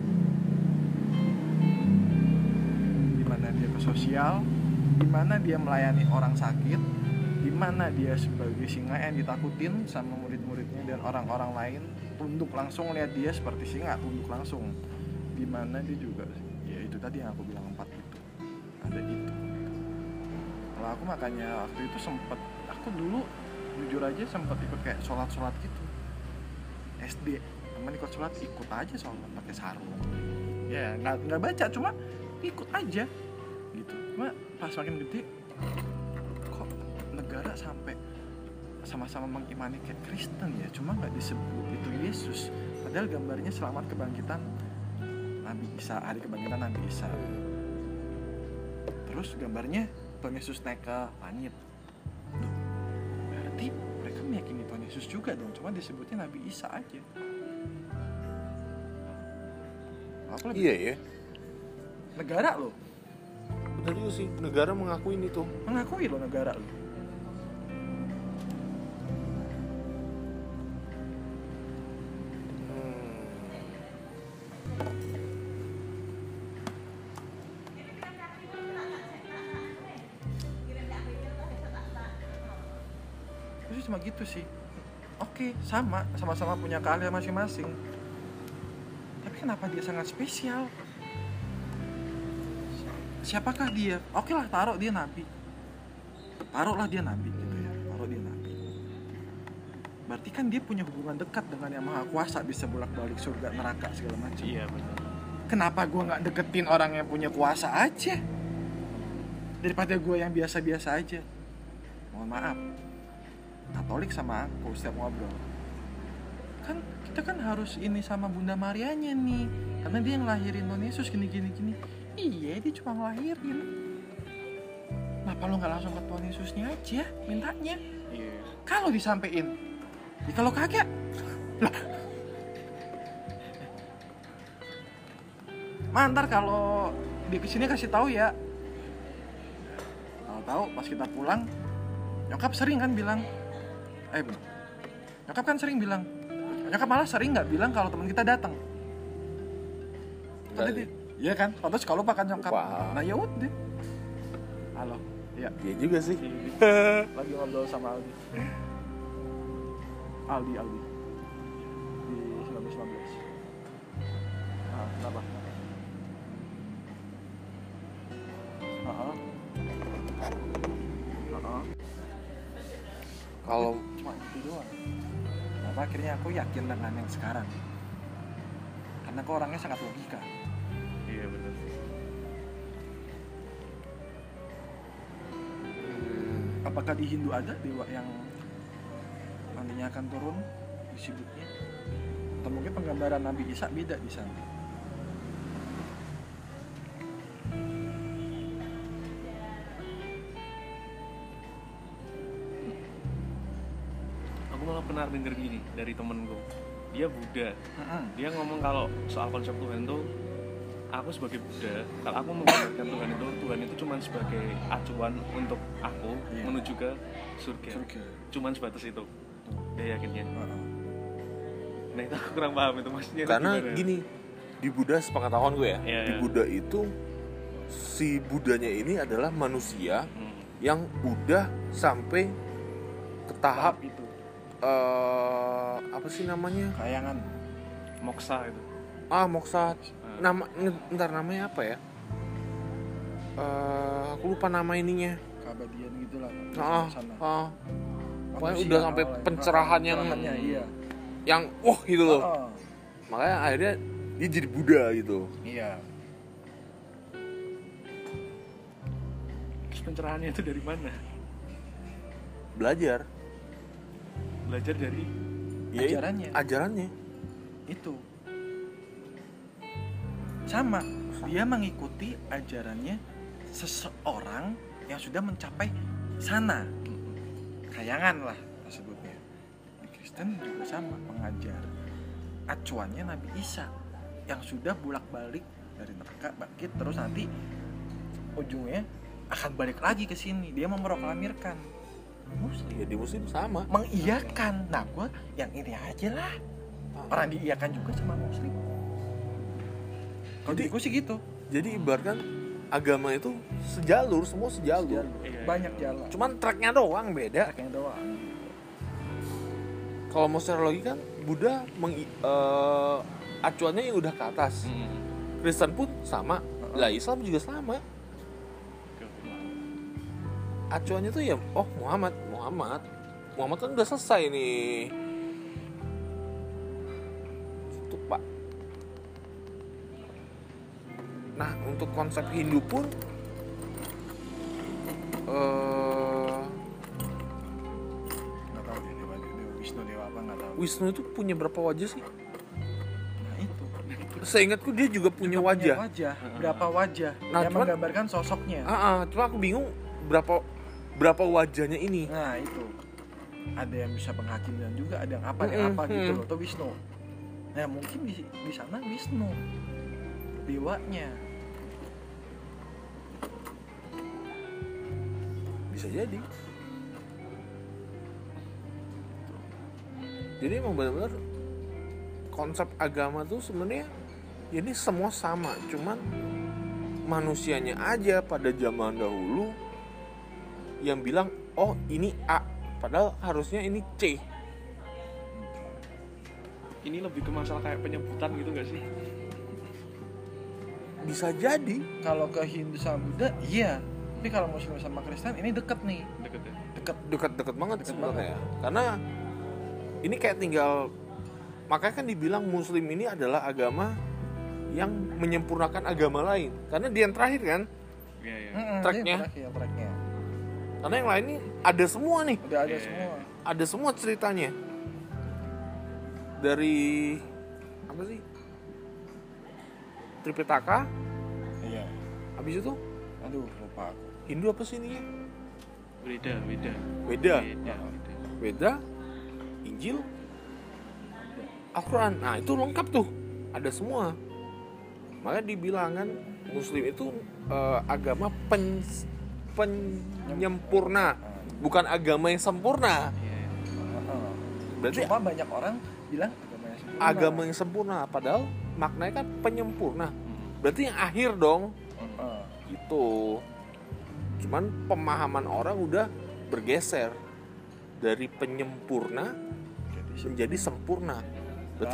di mana dia ke sosial, di mana dia melayani orang sakit, di mana dia sebagai singa yang ditakutin sama murid-muridnya dan orang-orang lain, tunduk langsung lihat dia seperti singa, tunduk langsung. Di mana dia juga, ya itu tadi yang aku bilang 4 itu, ada itu. Kalau aku makanya waktu itu aku dulu jujur aja sempat ikut kayak sholat gitu, SD. Teman ikut sholat, ikut aja sholat pakai sarung. Ya nggak baca, cuma ikut aja gitu. Cuma pas makin gede, kok negara sampai sama-sama mengimani kayak Kristen ya, cuma nggak disebut itu Yesus. Padahal gambarnya selamat kebangkitan Nabi Isa, hari kebangkitan Nabi Isa. Terus gambarnya Tuhan Yesus naik ke langit. Duh, berarti mereka meyakini Tuhan Yesus juga dong, cuma disebutnya Nabi Isa aja. Iya ya. Negara loh. Benar juga sih, negara mengakuin itu. Mengakui loh negara loh. Terus cuma gitu sih. Oke, sama-sama punya keahlian masing-masing. Tapi kenapa dia sangat spesial? Siapakah dia? Oke lah, taruh dia nabi. Taruhlah dia nabi gitu ya. Taruh dia nabi. Berarti kan dia punya hubungan dekat dengan yang maha kuasa, bisa bolak-balik surga, neraka segala macam. Iya betul. Kenapa gue nggak deketin orang yang punya kuasa aja? Daripada gue yang biasa-biasa aja. Mohon maaf. Katolik sama aku setiap ngobrol. Kan kita kan harus ini sama Bunda Marianya nih, karena dia yang ngelahirin Tuhan Yesus gini. Iya, dia cuma ngelahirin. Kenapa lo nggak langsung ke Tuhan Yesusnya aja mintanya? Iya. Kalau disampein, kalau kagak, lah. Mantar kalau di kesini kasih tahu ya. Kalau tahu pas kita pulang, nyokap sering kan bilang, nyokap kan sering bilang. Nyokap malah sering nggak bilang kalau teman kita datang. Iya kan? Terus kalau lupa kan nyokap. Lupa. Nah ya udah. Halo. Iya. Iya juga sih. Lagi ngobrol sama Aldi. Aldi di 1919. Ah, kenapa? Kalau cuma itu doang. Kenapa akhirnya aku yakin dengan yang sekarang? Karena aku orangnya sangat logika. Iya benar. Apakah di Hindu ada dewa yang nantinya akan turun disebutnya? Atau mungkin penggambaran Nabi Isa beda di sana? Aku malah pernah denger gini dari temenku. Dia Buddha. Dia ngomong kalau soal konsep Tuhan tuh, aku sebagai Buddha, kalau aku menggambarkan Tuhan itu cuma sebagai acuan untuk aku menuju ke surga. Cuman sebatas itu. Dia yakinnya. Nah itu aku kurang paham itu maksudnya. Karena gimana? gini, di Buddha sepengetahuan gue ya, di Buddha itu si Buddhanya ini adalah manusia yang udah sampai ke tahap itu apa sih namanya? Kayangan. Moksa itu. Moksa. Ntar namanya apa ya? Aku lupa nama ininya. Keabadian gitulah. Pokoknya udah sampai pencerahan yang iya. Yang gitu loh. Makanya akhirnya dia jadi Buddha gitu. Iya. Terus pencerahannya itu dari mana? Belajar dari ajarannya. Itu sama, dia mengikuti ajarannya seseorang yang sudah mencapai sana, kayangan lah tersebutnya. Di Kristen juga sama, mengajar acuannya Nabi Isa yang sudah bolak-balik dari neraka bangkit, terus nanti ujungnya akan balik lagi ke sini. Dia memproklamirkan Muslim. Ya di Muslim sama. Mengiyakan. Nah, gue yang ini aja lah. Orang diiyakan juga sama Muslim. Kalau di gue sih gitu. Jadi ibaratkan agama itu sejalur, semua sejalur. Banyak jalan. Cuman tracknya doang beda. Tracknya doang. Kalau mau secara logika kan Buddha acuannya yang udah ke atas. Kristen pun sama. Lah Islam juga sama. Acuannya tuh ya Muhammad kan udah selesai nih. Itu Pak. Nah untuk konsep Hindu pun nggak tahu deh dewa Wisnu dewa apa nggak tahu. Wisnu itu punya berapa wajah sih? Nah itu. Seingatku dia juga punya wajah. Berapa wajah? Nah, yang menggambarkan sosoknya. Cuma aku bingung berapa wajahnya ini. Nah itu. Ada yang bisa penghakiman juga, ada yang apa gitu loh, atau Wisnu. Nah mungkin di sana Wisnu dewanya. Bisa jadi. Jadi emang benar-benar konsep agama tuh sebenarnya ini semua sama, cuman manusianya aja pada zaman dahulu yang bilang ini A, padahal harusnya ini C. Ini lebih ke masalah kayak penyebutan gitu nggak sih? Bisa jadi. Kalau ke Hindu sama Buddha, iya. Tapi kalau Muslim sama Kristen ini deket nih. Deket banget sebenarnya. Karena ini kayak tinggal, makanya kan dibilang Muslim ini adalah agama yang menyempurnakan agama lain. Karena dia yang terakhir kan. Tracknya. Karena yang lain ini ada semua nih. Udah ada semua. Ada semua ceritanya. Dari apa sih? Tripitaka. Iya. Habis itu? Aduh, lupa aku. Hindu apa sih ininya? Weda, Injil, Al-Quran. Nah itu lengkap tuh. Ada semua. Makanya dibilang kan Muslim itu agama penyempurna, bukan agama yang sempurna. Berarti cuma banyak orang bilang agama yang sempurna, padahal maknanya kan penyempurna. Berarti yang akhir dong. Gitu. Cuman pemahaman orang udah bergeser dari penyempurna menjadi sempurna. Berarti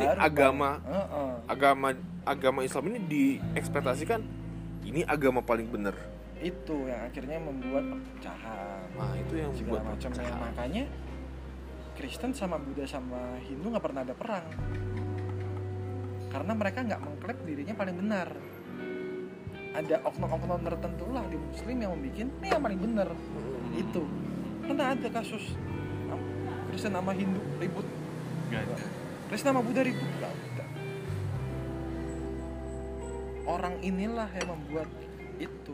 agama Islam ini diekspektasikan ini agama paling benar. Itu yang akhirnya membuat perpecahan. Nah, itu yang segala macamnya. Makanya Kristen sama Buddha sama Hindu nggak pernah ada perang. Karena mereka nggak mengklaim dirinya paling benar. Ada oknum-oknum tertentu lah di Muslim yang membuat ini yang paling benar. Itu karena ada kasus Kristen sama Hindu ribut. Gak ada. Kristen sama Buddha ribut. Gak ada. Orang inilah yang membuat itu.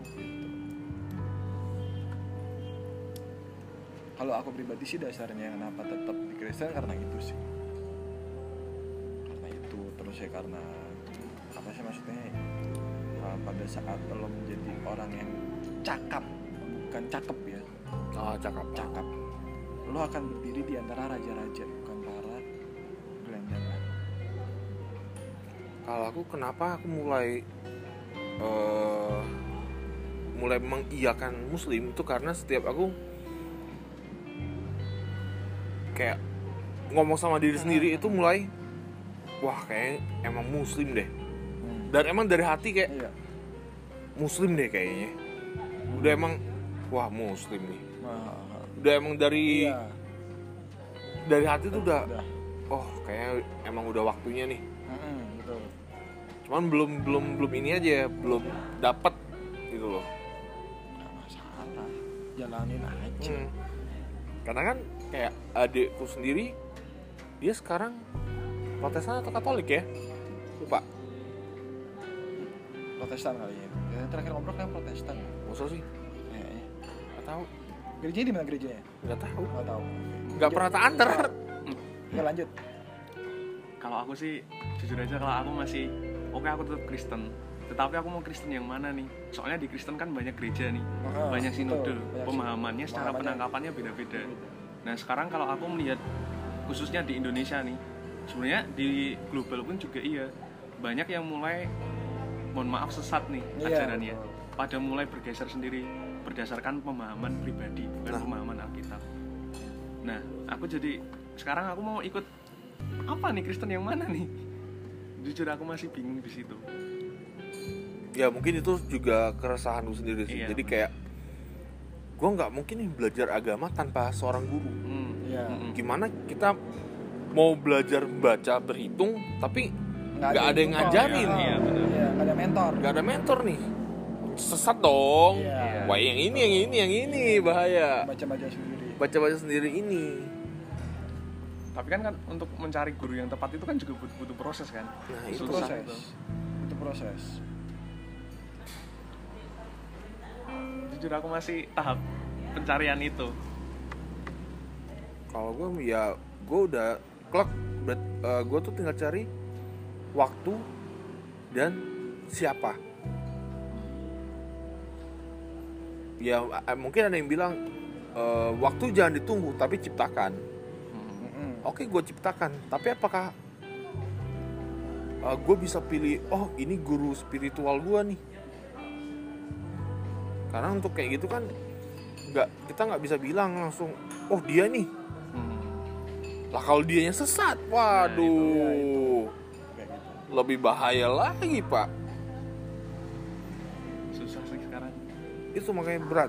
Kalau aku pribadi sih dasarnya kenapa tetap di Kristen karena itu sih. Karena itu terus ya karena apa sih maksudnya? Pada saat lo menjadi orang yang cakap, bukan cakep ya. Cakap. Lo akan berdiri di antara raja-raja, bukan para gelandangan. Kalau aku kenapa aku mulai mengiyakan Muslim itu karena setiap aku kayak ngomong sama diri sendiri itu mulai wah kayak emang muslim deh. Dan emang dari hati kayak muslim deh kayaknya. Udah emang wah muslim nih. Udah emang dari hati tuh udah. Oh kayak emang udah waktunya nih. Betul. Cuman belum ini aja, belum dapet gitu loh. Nggak masalah, jalanin aja. Karena kan kayak adikku sendiri, dia sekarang Protestan atau Katolik ya? Lupa. Protestan kali ya. Terakhir ngobrol kan Protestan. Maksud sih? Kayaknya. Gak tahu. Gerejanya di mana gerejanya? Gak tahu. Nggak tahu. Gak pernah antar. Nggak lanjut. Kalau aku sih jujur aja, kalau aku masih oke, aku tetap Kristen. Tetapi aku mau Kristen yang mana nih? Soalnya di Kristen kan banyak gereja nih, banyak sinode, pemahamannya secara penangkapannya beda-beda. Nah sekarang kalau aku melihat khususnya di Indonesia nih, sebenarnya di global pun juga iya, banyak yang mulai, mohon maaf, sesat nih ajarannya, pada mulai bergeser sendiri berdasarkan pemahaman pribadi, bukan pemahaman Alkitab. Nah aku jadi sekarang aku mau ikut apa nih, Kristen yang mana nih? Jujur aku masih bingung di situ. Ya mungkin itu juga keresahanku sendiri sih. Jadi kayak gue nggak mungkin nih belajar agama tanpa seorang guru. Gimana kita mau belajar baca berhitung tapi nggak ada yang ngajarin? Nggak ada mentor. Nggak ada mentor nih. Sesat dong. Wah yang ini bahaya. Baca-baca sendiri ini. Tapi kan untuk mencari guru yang tepat itu kan juga butuh proses kan. Nah, itu proses. Jujur aku masih tahap pencarian itu. Kalau gue ya gue udah klek, gue tuh tinggal cari waktu dan siapa. Ya mungkin ada yang bilang waktu jangan ditunggu tapi ciptakan. Oke, gue ciptakan, tapi apakah gue bisa pilih, oh ini guru spiritual gue nih? Karena untuk kayak gitu kan kita nggak bisa bilang langsung, oh dia nih. Lah kalau dianya sesat, waduh, lebih bahaya lagi pak. Susah sih sekarang. Itu makanya berat.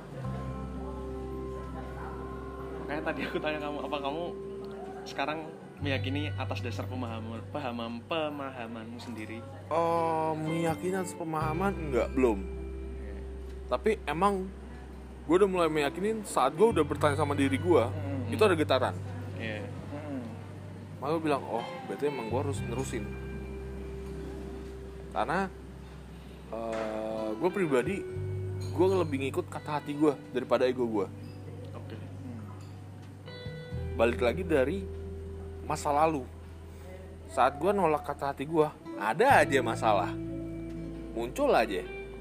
Makanya tadi aku tanya kamu, apa kamu sekarang meyakini atas dasar pemahamanmu sendiri? Meyakini atas pemahaman enggak, belum. Tapi emang gue udah mulai meyakini saat gue udah bertanya sama diri gue, itu ada getaran. Maka gue bilang, oh berarti emang gue harus nerusin. Karena gue pribadi, gue lebih ngikut kata hati gue daripada ego gue. Balik lagi dari masa lalu, saat gue nolak kata hati gue, ada aja masalah muncul aja.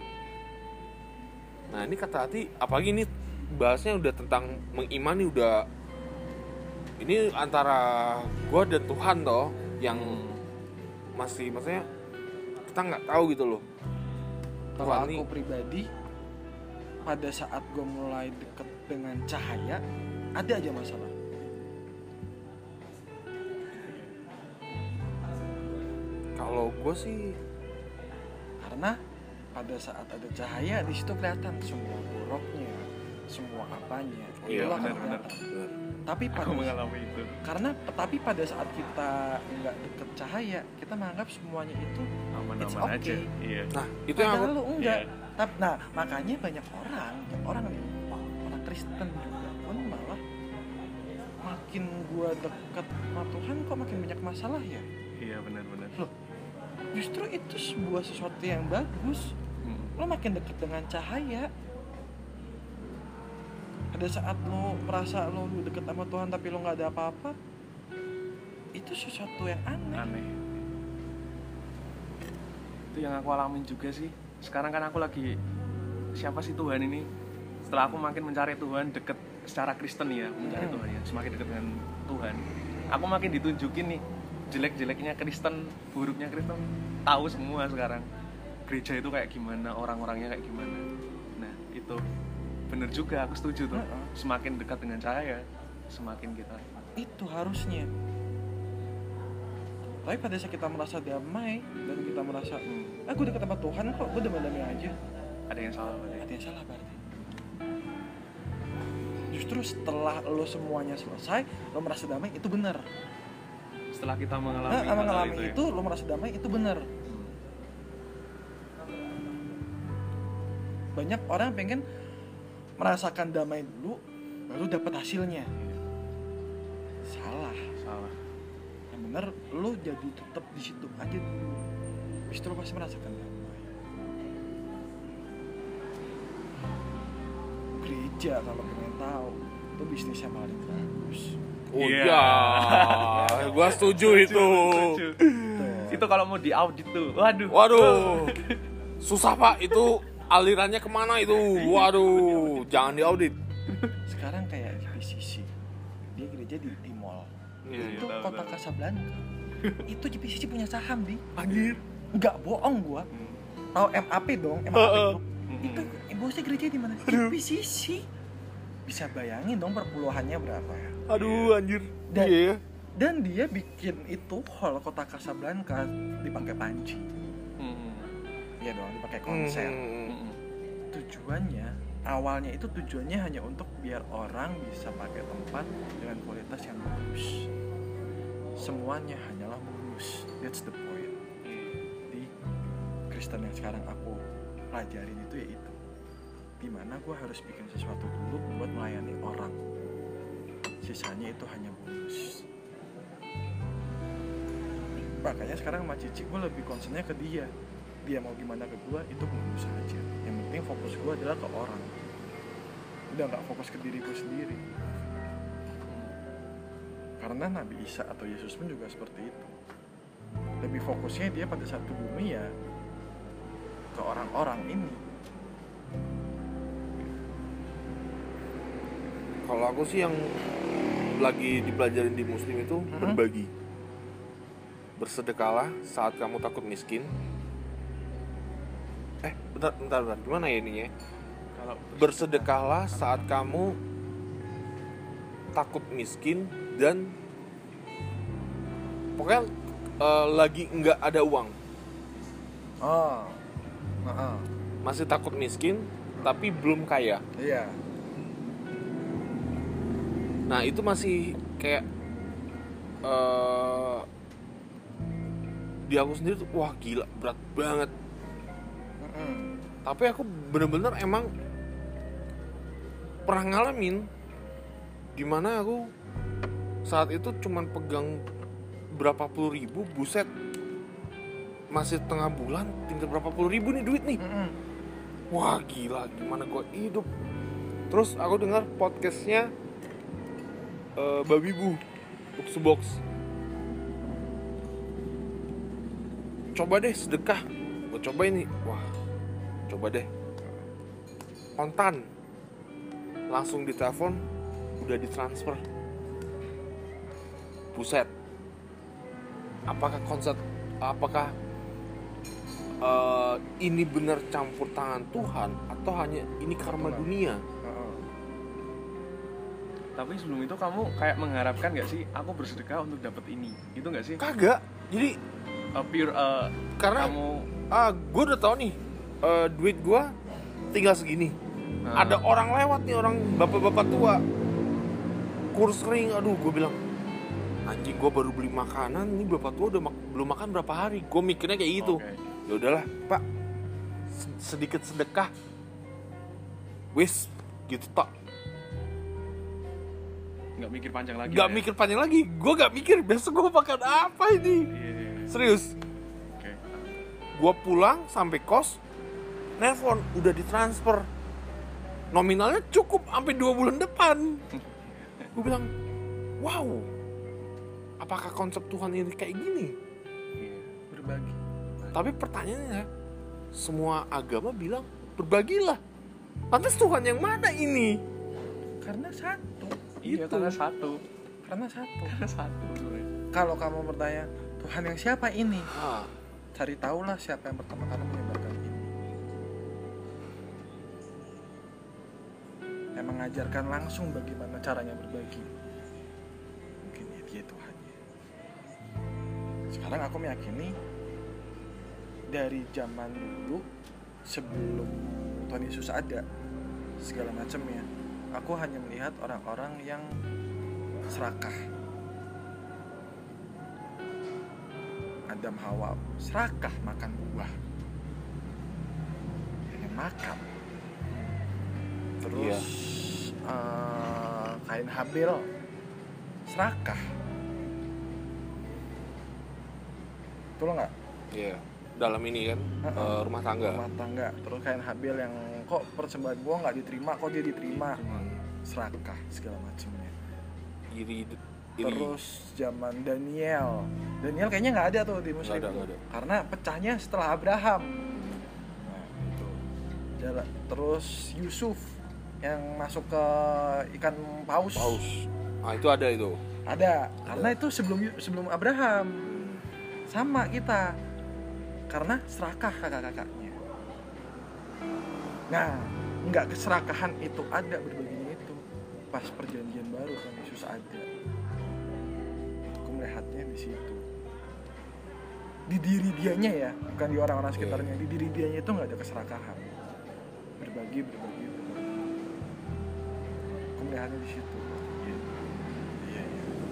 Nah ini kata hati, apalagi ini bahasnya udah tentang mengimani, udah ini antara gue dan Tuhan toh, yang masih maksudnya kita nggak tahu gitu loh. Kalau aku pribadi, pada saat gue mulai deket dengan cahaya, ada aja masalah. Kalau gue sih, karena pada saat ada cahaya di situ kelihatan semua buruknya, semua apanya. Iya benar. Tapi aku mengalami itu. Tapi pada saat kita nggak deket cahaya, kita menganggap semuanya itu aman-aman aja. Iya. Nah itu yang aku enggak. Iya. Nah makanya banyak orang nih, orang Kristen juga pun malah makin gua deket sama Tuhan kok makin banyak masalah ya. Iya benar. Loh, justru itu sebuah sesuatu yang bagus. Lo makin deket dengan cahaya. Pada saat lo merasa lo deket sama Tuhan tapi lo nggak ada apa-apa, itu sesuatu yang aneh. Itu yang aku alamin juga sih. Sekarang kan aku lagi, siapa sih Tuhan ini? Setelah aku makin mencari Tuhan, deket secara Kristen ya, mencari Tuhan ya, semakin deket dengan Tuhan, aku makin ditunjukin nih jelek-jeleknya Kristen, buruknya Kristen, tahu semua sekarang. Gereja itu kayak gimana, orang-orangnya kayak gimana. Nah itu bener juga, aku setuju tuh. Semakin dekat dengan cahaya, semakin kita. Itu harusnya. Tapi pada saat kita merasa damai dan kita merasa gue dekat sama Tuhan kok, gue damai-damai aja, Ada yang salah berarti. ada yang salah berarti. Justru setelah lo semuanya selesai, lo merasa damai, itu benar. Setelah kita mengalami itu, lo merasa damai, itu benar. Banyak orang pengen merasakan damai dulu, baru dapat hasilnya. Salah. Yang benar, lo jadi tetap di situ aja dulu. Justru lo pasti merasakan damai. Gereja kalau pengen tahu, itu bisnisnya paling bagus. Oh Iya. iya, gua setuju itu. Itu kalau mau diaudit tuh, waduh. Susah pak, itu alirannya kemana itu? Waduh, jangan diaudit. Sekarang kayak JPCC, dia gereja di mall. Itu tahu, kota tahu. Casablanca. Itu JPCC punya saham di. Anjir. Nggak bohong gua. Tahu MAP dong, MAP Group. Itu bosnya gereja di mana? JPCC. Bisa bayangin dong perpuluhannya berapa ya? Aduh anjir. Dan, Iya. dan dia bikin itu hall kota Casablanca dipakai panci. Iya dong, dipakai konser. Tujuannya, awalnya itu tujuannya hanya untuk biar orang bisa pakai tempat dengan kualitas yang bagus. Semuanya hanyalah mulus. That's the point. Di Kristen yang sekarang aku pelajarin itu ya itu. Dimana gue harus bikin sesuatu dulu buat melayani orang. Sisanya itu hanya bonus. Makanya sekarang sama Cici gue lebih concernnya ke dia. Dia mau gimana ke gue itu bonus aja. Yang penting fokus gue adalah ke orang. Udah gak fokus ke diri gue sendiri. Karena Nabi Isa atau Yesus pun juga seperti itu. Lebih fokusnya dia pada satu bumi ya ke orang-orang ini. Kalau aku sih yang lagi dipelajarin di Muslim itu berbagi. Bersedekahlah saat kamu takut miskin. Bentar. Gimana ya ininya? Kalau Bersedekahlah saat kamu takut miskin dan pokoknya lagi nggak ada uang. Masih takut miskin tapi belum kaya. Iya. Nah itu masih kayak di aku sendiri tuh wah gila berat banget. Tapi aku bener-bener emang pernah ngalamin dimana aku saat itu cuman pegang berapa puluh ribu, buset masih tengah bulan tinggal berapa puluh ribu nih duit nih. Wah gila gimana gue hidup. Terus aku dengar podcastnya Babi Bu Box. Coba deh sedekah. Gue coba ini. Wah coba deh kontan langsung ditelepon udah ditransfer. Buset. Apakah ini benar campur tangan Tuhan atau hanya ini karma dunia? tapi sebelum itu kamu kayak mengharapkan nggak sih aku bersedekah untuk dapat ini, gitu nggak sih? Kagak. Jadi Pure karena kamu gue udah tahu nih duit gue tinggal segini. Ada orang lewat nih, orang bapak-bapak tua kurus kering. Aduh gue bilang anjing gue baru beli makanan ini bapak tua udah belum makan berapa hari. Gue mikirnya kayak gitu. Ya udahlah pak, sedikit sedekah wis gitu tak. nggak mikir panjang lagi. Nggak mikir panjang lagi. Gue nggak mikir besok gue makan apa ini. Iya. Serius. Gue pulang sampai kos, nelpon udah ditransfer. Nominalnya cukup sampai 2 bulan depan. Gue bilang, wow, apakah konsep Tuhan ini kayak gini? Berbagi. Tapi pertanyaannya, semua agama bilang berbagilah. Lantas Tuhan yang mana ini? Karena satu. Iya, karena satu. Karena satu. sebenarnya. Kalau kamu bertanya, Tuhan yang siapa ini? Ah, Cari tahulah siapa yang pertama kali menyebarkan ini. Yang mengajarkan langsung bagaimana caranya berbagi. Mungkin ya dia Tuhannya. Sekarang sekarang aku meyakini dari zaman dulu sebelum Tuhan Yesus ada segala macam ya, aku hanya melihat orang-orang yang serakah. Adam Hawa serakah makan buah, pengen makan. Terus Kain Habil serakah, betul nggak? Iya. Dalam ini kan rumah tangga. Terus Kain Habil yang kok persembahan gua nggak diterima, kok dia diterima, serakah segala macamnya. Iri. Terus zaman Daniel kayaknya nggak ada tuh di Muslim nggak ada. Karena pecahnya setelah Abraham. Nah itu. Terus Yusuf yang masuk ke ikan paus. Nah itu ada itu. Ada. Karena itu sebelum Abraham. Sama kita. Karena serakah kakak-kakaknya. Nah, nggak keserakahan itu ada berbaginya itu pas perjanjian baru kan Yesus ada. Aku melihatnya di situ. Di diri dianya ya, bukan di orang-orang sekitarnya. Di diri dianya itu nggak ada keserakahan. Berbagi. Aku melihatnya di situ. Iya.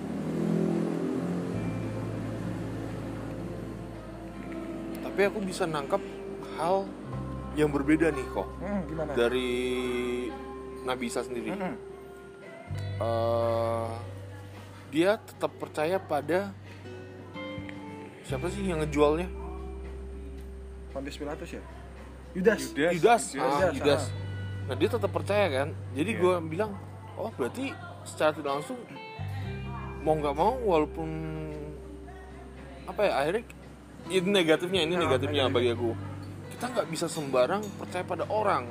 Tapi aku bisa nangkap hal yang berbeda nih kok. Gimana? Dari Nabi Isa sendiri. Dia tetap percaya pada siapa sih yang ngejualnya? Pontius Pilatus ya? Yudas. Yudas. Nah dia tetap percaya kan. Jadi gue bilang, oh berarti secara tidak langsung mau nggak mau walaupun apa ya akhirnya ini negatifnya bagi aku. Kita nggak bisa sembarang percaya pada orang.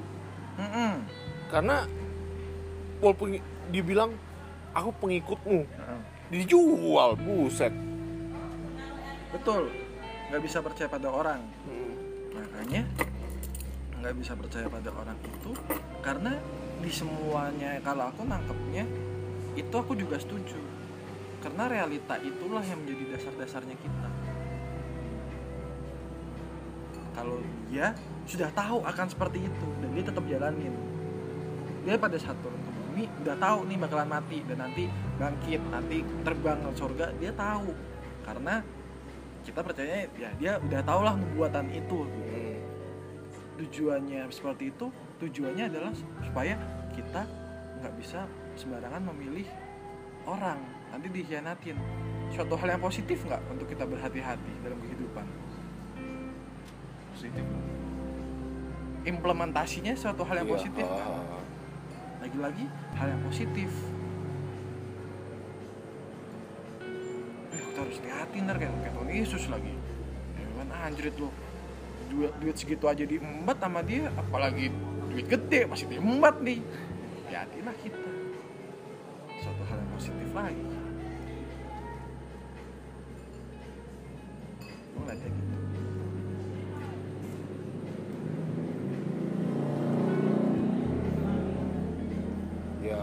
Karena walaupun dibilang aku pengikutmu, dijual, buset. Betul, nggak bisa percaya pada orang. Makanya nggak bisa percaya pada orang itu karena di semuanya kalau aku nangkepnya itu aku juga setuju. Karena realita itulah yang menjadi dasar-dasarnya kita. Kalau dia sudah tahu akan seperti itu dan dia tetap jalanin, dia pada saat turun ke bumi udah tahu nih bakalan mati dan nanti bangkit, nanti terbang ke surga, dia tahu. Karena kita percaya ya dia udah tahu lah nubuatan itu. Tujuannya seperti itu, tujuannya adalah supaya kita nggak bisa sembarangan memilih orang, nanti dikhianatin. Suatu hal yang positif nggak untuk kita berhati-hati dalam kehidupan? Positif. Implementasinya suatu hal yang positif kan? Lagi-lagi hal yang positif. Kita harus hati-hati ntar kayak Tuhan Yesus lagi. Ya kan anjrit loh. Duit segitu aja diembat sama dia, apalagi duit gede masih diembat nih. Hati-hatilah kita. Suatu hal yang positif lagi. Mulai kayak gitu. Ya.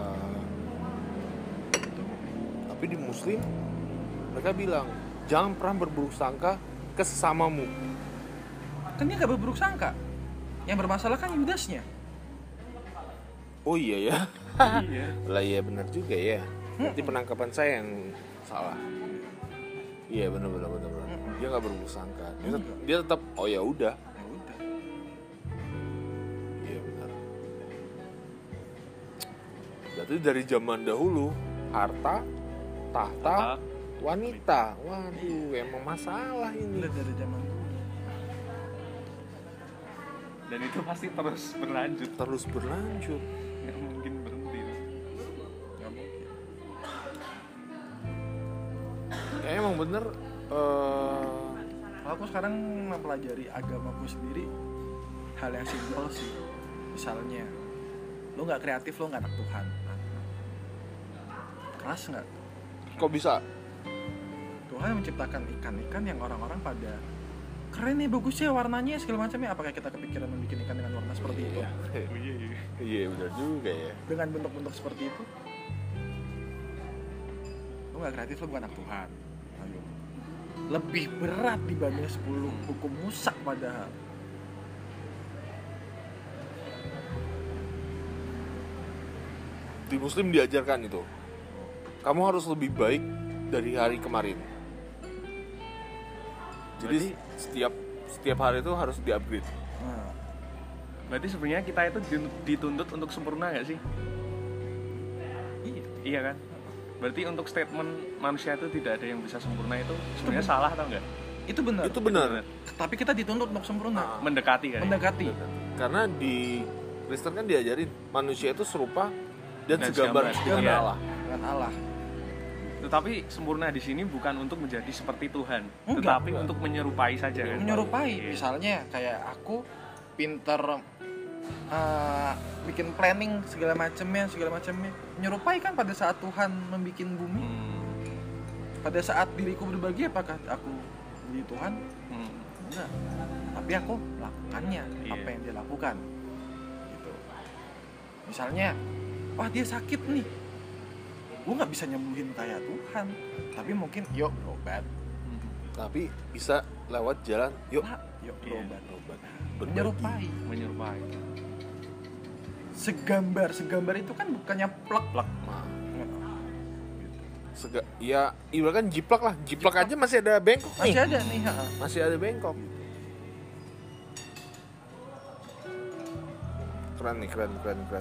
Tapi di Muslim mereka bilang jangan pernah berburuk sangka ke sesamamu. Kan dia gak berburuk sangka. Yang bermasalah kan Yudasnya. Oh iya ya. Iya. Lah iya benar juga ya. Berarti penangkapan saya yang salah. Iya benar. Dia nggak berburuk sangka. Dia tetap oh ya udah. Iya benar. Berarti dari zaman dahulu harta, tahta, wanita. Waduh, emang masalah ini. Udah dari zaman dulu. Dan itu pasti terus berlanjut. Nggak mungkin berhenti. Gak mungkin. Ya emang bener. Aku sekarang mempelajari agamaku sendiri, hal yang simpel sih. Misalnya, lo nggak kreatif, lo nggak anak Tuhan. Keras nggak? Kok bisa? Tuhan menciptakan ikan-ikan yang orang-orang pada keren nih, bagus ya warnanya segala macamnya. Apakah kita kepikiran membuat ikan dengan warna seperti itu? Oh iya. Iya benar juga ya. Dengan bentuk-bentuk seperti itu, lo nggak kreatif, lo bukan anak Tuhan. Ayo. lebih berat dibanding 10 hukum Musa padahal. Di Muslim diajarkan itu. Kamu harus lebih baik dari hari kemarin. Jadi setiap hari itu harus di-upgrade. Berarti sebenarnya kita itu dituntut untuk sempurna nggak sih? Iya kan? Berarti untuk statement manusia itu tidak ada yang bisa sempurna itu sebenarnya salah atau enggak? Itu benar. Itu benar. Tapi kita dituntut untuk sempurna. Mendekati kan? Mendekati. Karena di Kristen kan diajarin manusia itu serupa dan segambar dengan Iya. Allah. Dengan Allah. Tetapi sempurna di sini bukan untuk menjadi seperti Tuhan, Enggak. tetapi untuk menyerupai saja kan? Menyerupai. Iya. Misalnya kayak aku pinter bikin planning segala macamnya. Menyerupai kan pada saat Tuhan membuat bumi. Pada saat diriku berbagi, apakah aku menjadi Tuhan? Enggak. Tapi aku lakukannya, apa yang dia lakukan. Gitu. Misalnya, wah dia sakit nih, gue nggak bisa nyembuhin kayak Tuhan, tapi mungkin yuk berobat. Tapi bisa lewat jalan yuk Berobat. berbagi. Menyerupai. Segambar itu kan bukannya plek. Ya ibaratkan jiplak lah. Jiplak aja masih ada bengkok nih. Masih ada nih. Masih ada bengkok. Keren nih, keren.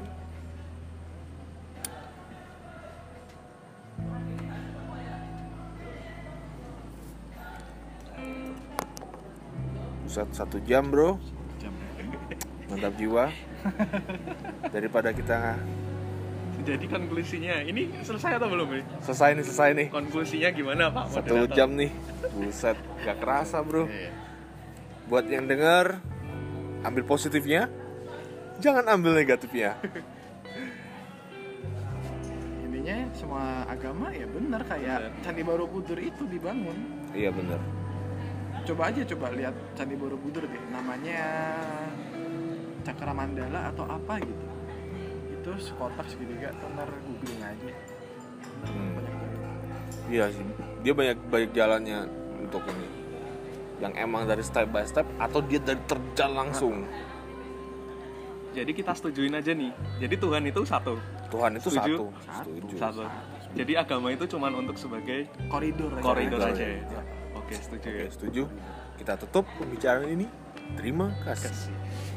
Buset, 1 jam bro. Mantap jiwa. Daripada kita Jadi konklusinya, ini selesai atau belum nih? selesai nih. Konklusinya gimana Pak? 1 Moderator? jam nih. Buset, gak kerasa bro. Buat yang denger, ambil positifnya, jangan ambil negatifnya. Intinya semua agama ya benar kayak Candi Borobudur itu dibangun. Iya bener. Coba lihat Candi Borobudur deh, namanya Cakra Mandala atau apa gitu. Itu sekotak segitiga, ntar googling aja. Banyak banget. Iya sih, dia banyak jalannya untuk ini. Yang emang dari step by step atau dia dari terjal langsung. Jadi kita setujuin aja nih. Jadi Tuhan itu satu. Tuhan itu Setuju? Setuju. Satu. Jadi agama itu cuma untuk sebagai Koridor koridor aja. aja. Ya. Oke, setuju ya. Oke, setuju. Kita tutup pembicaraan ini. Terima kasih. Kasih.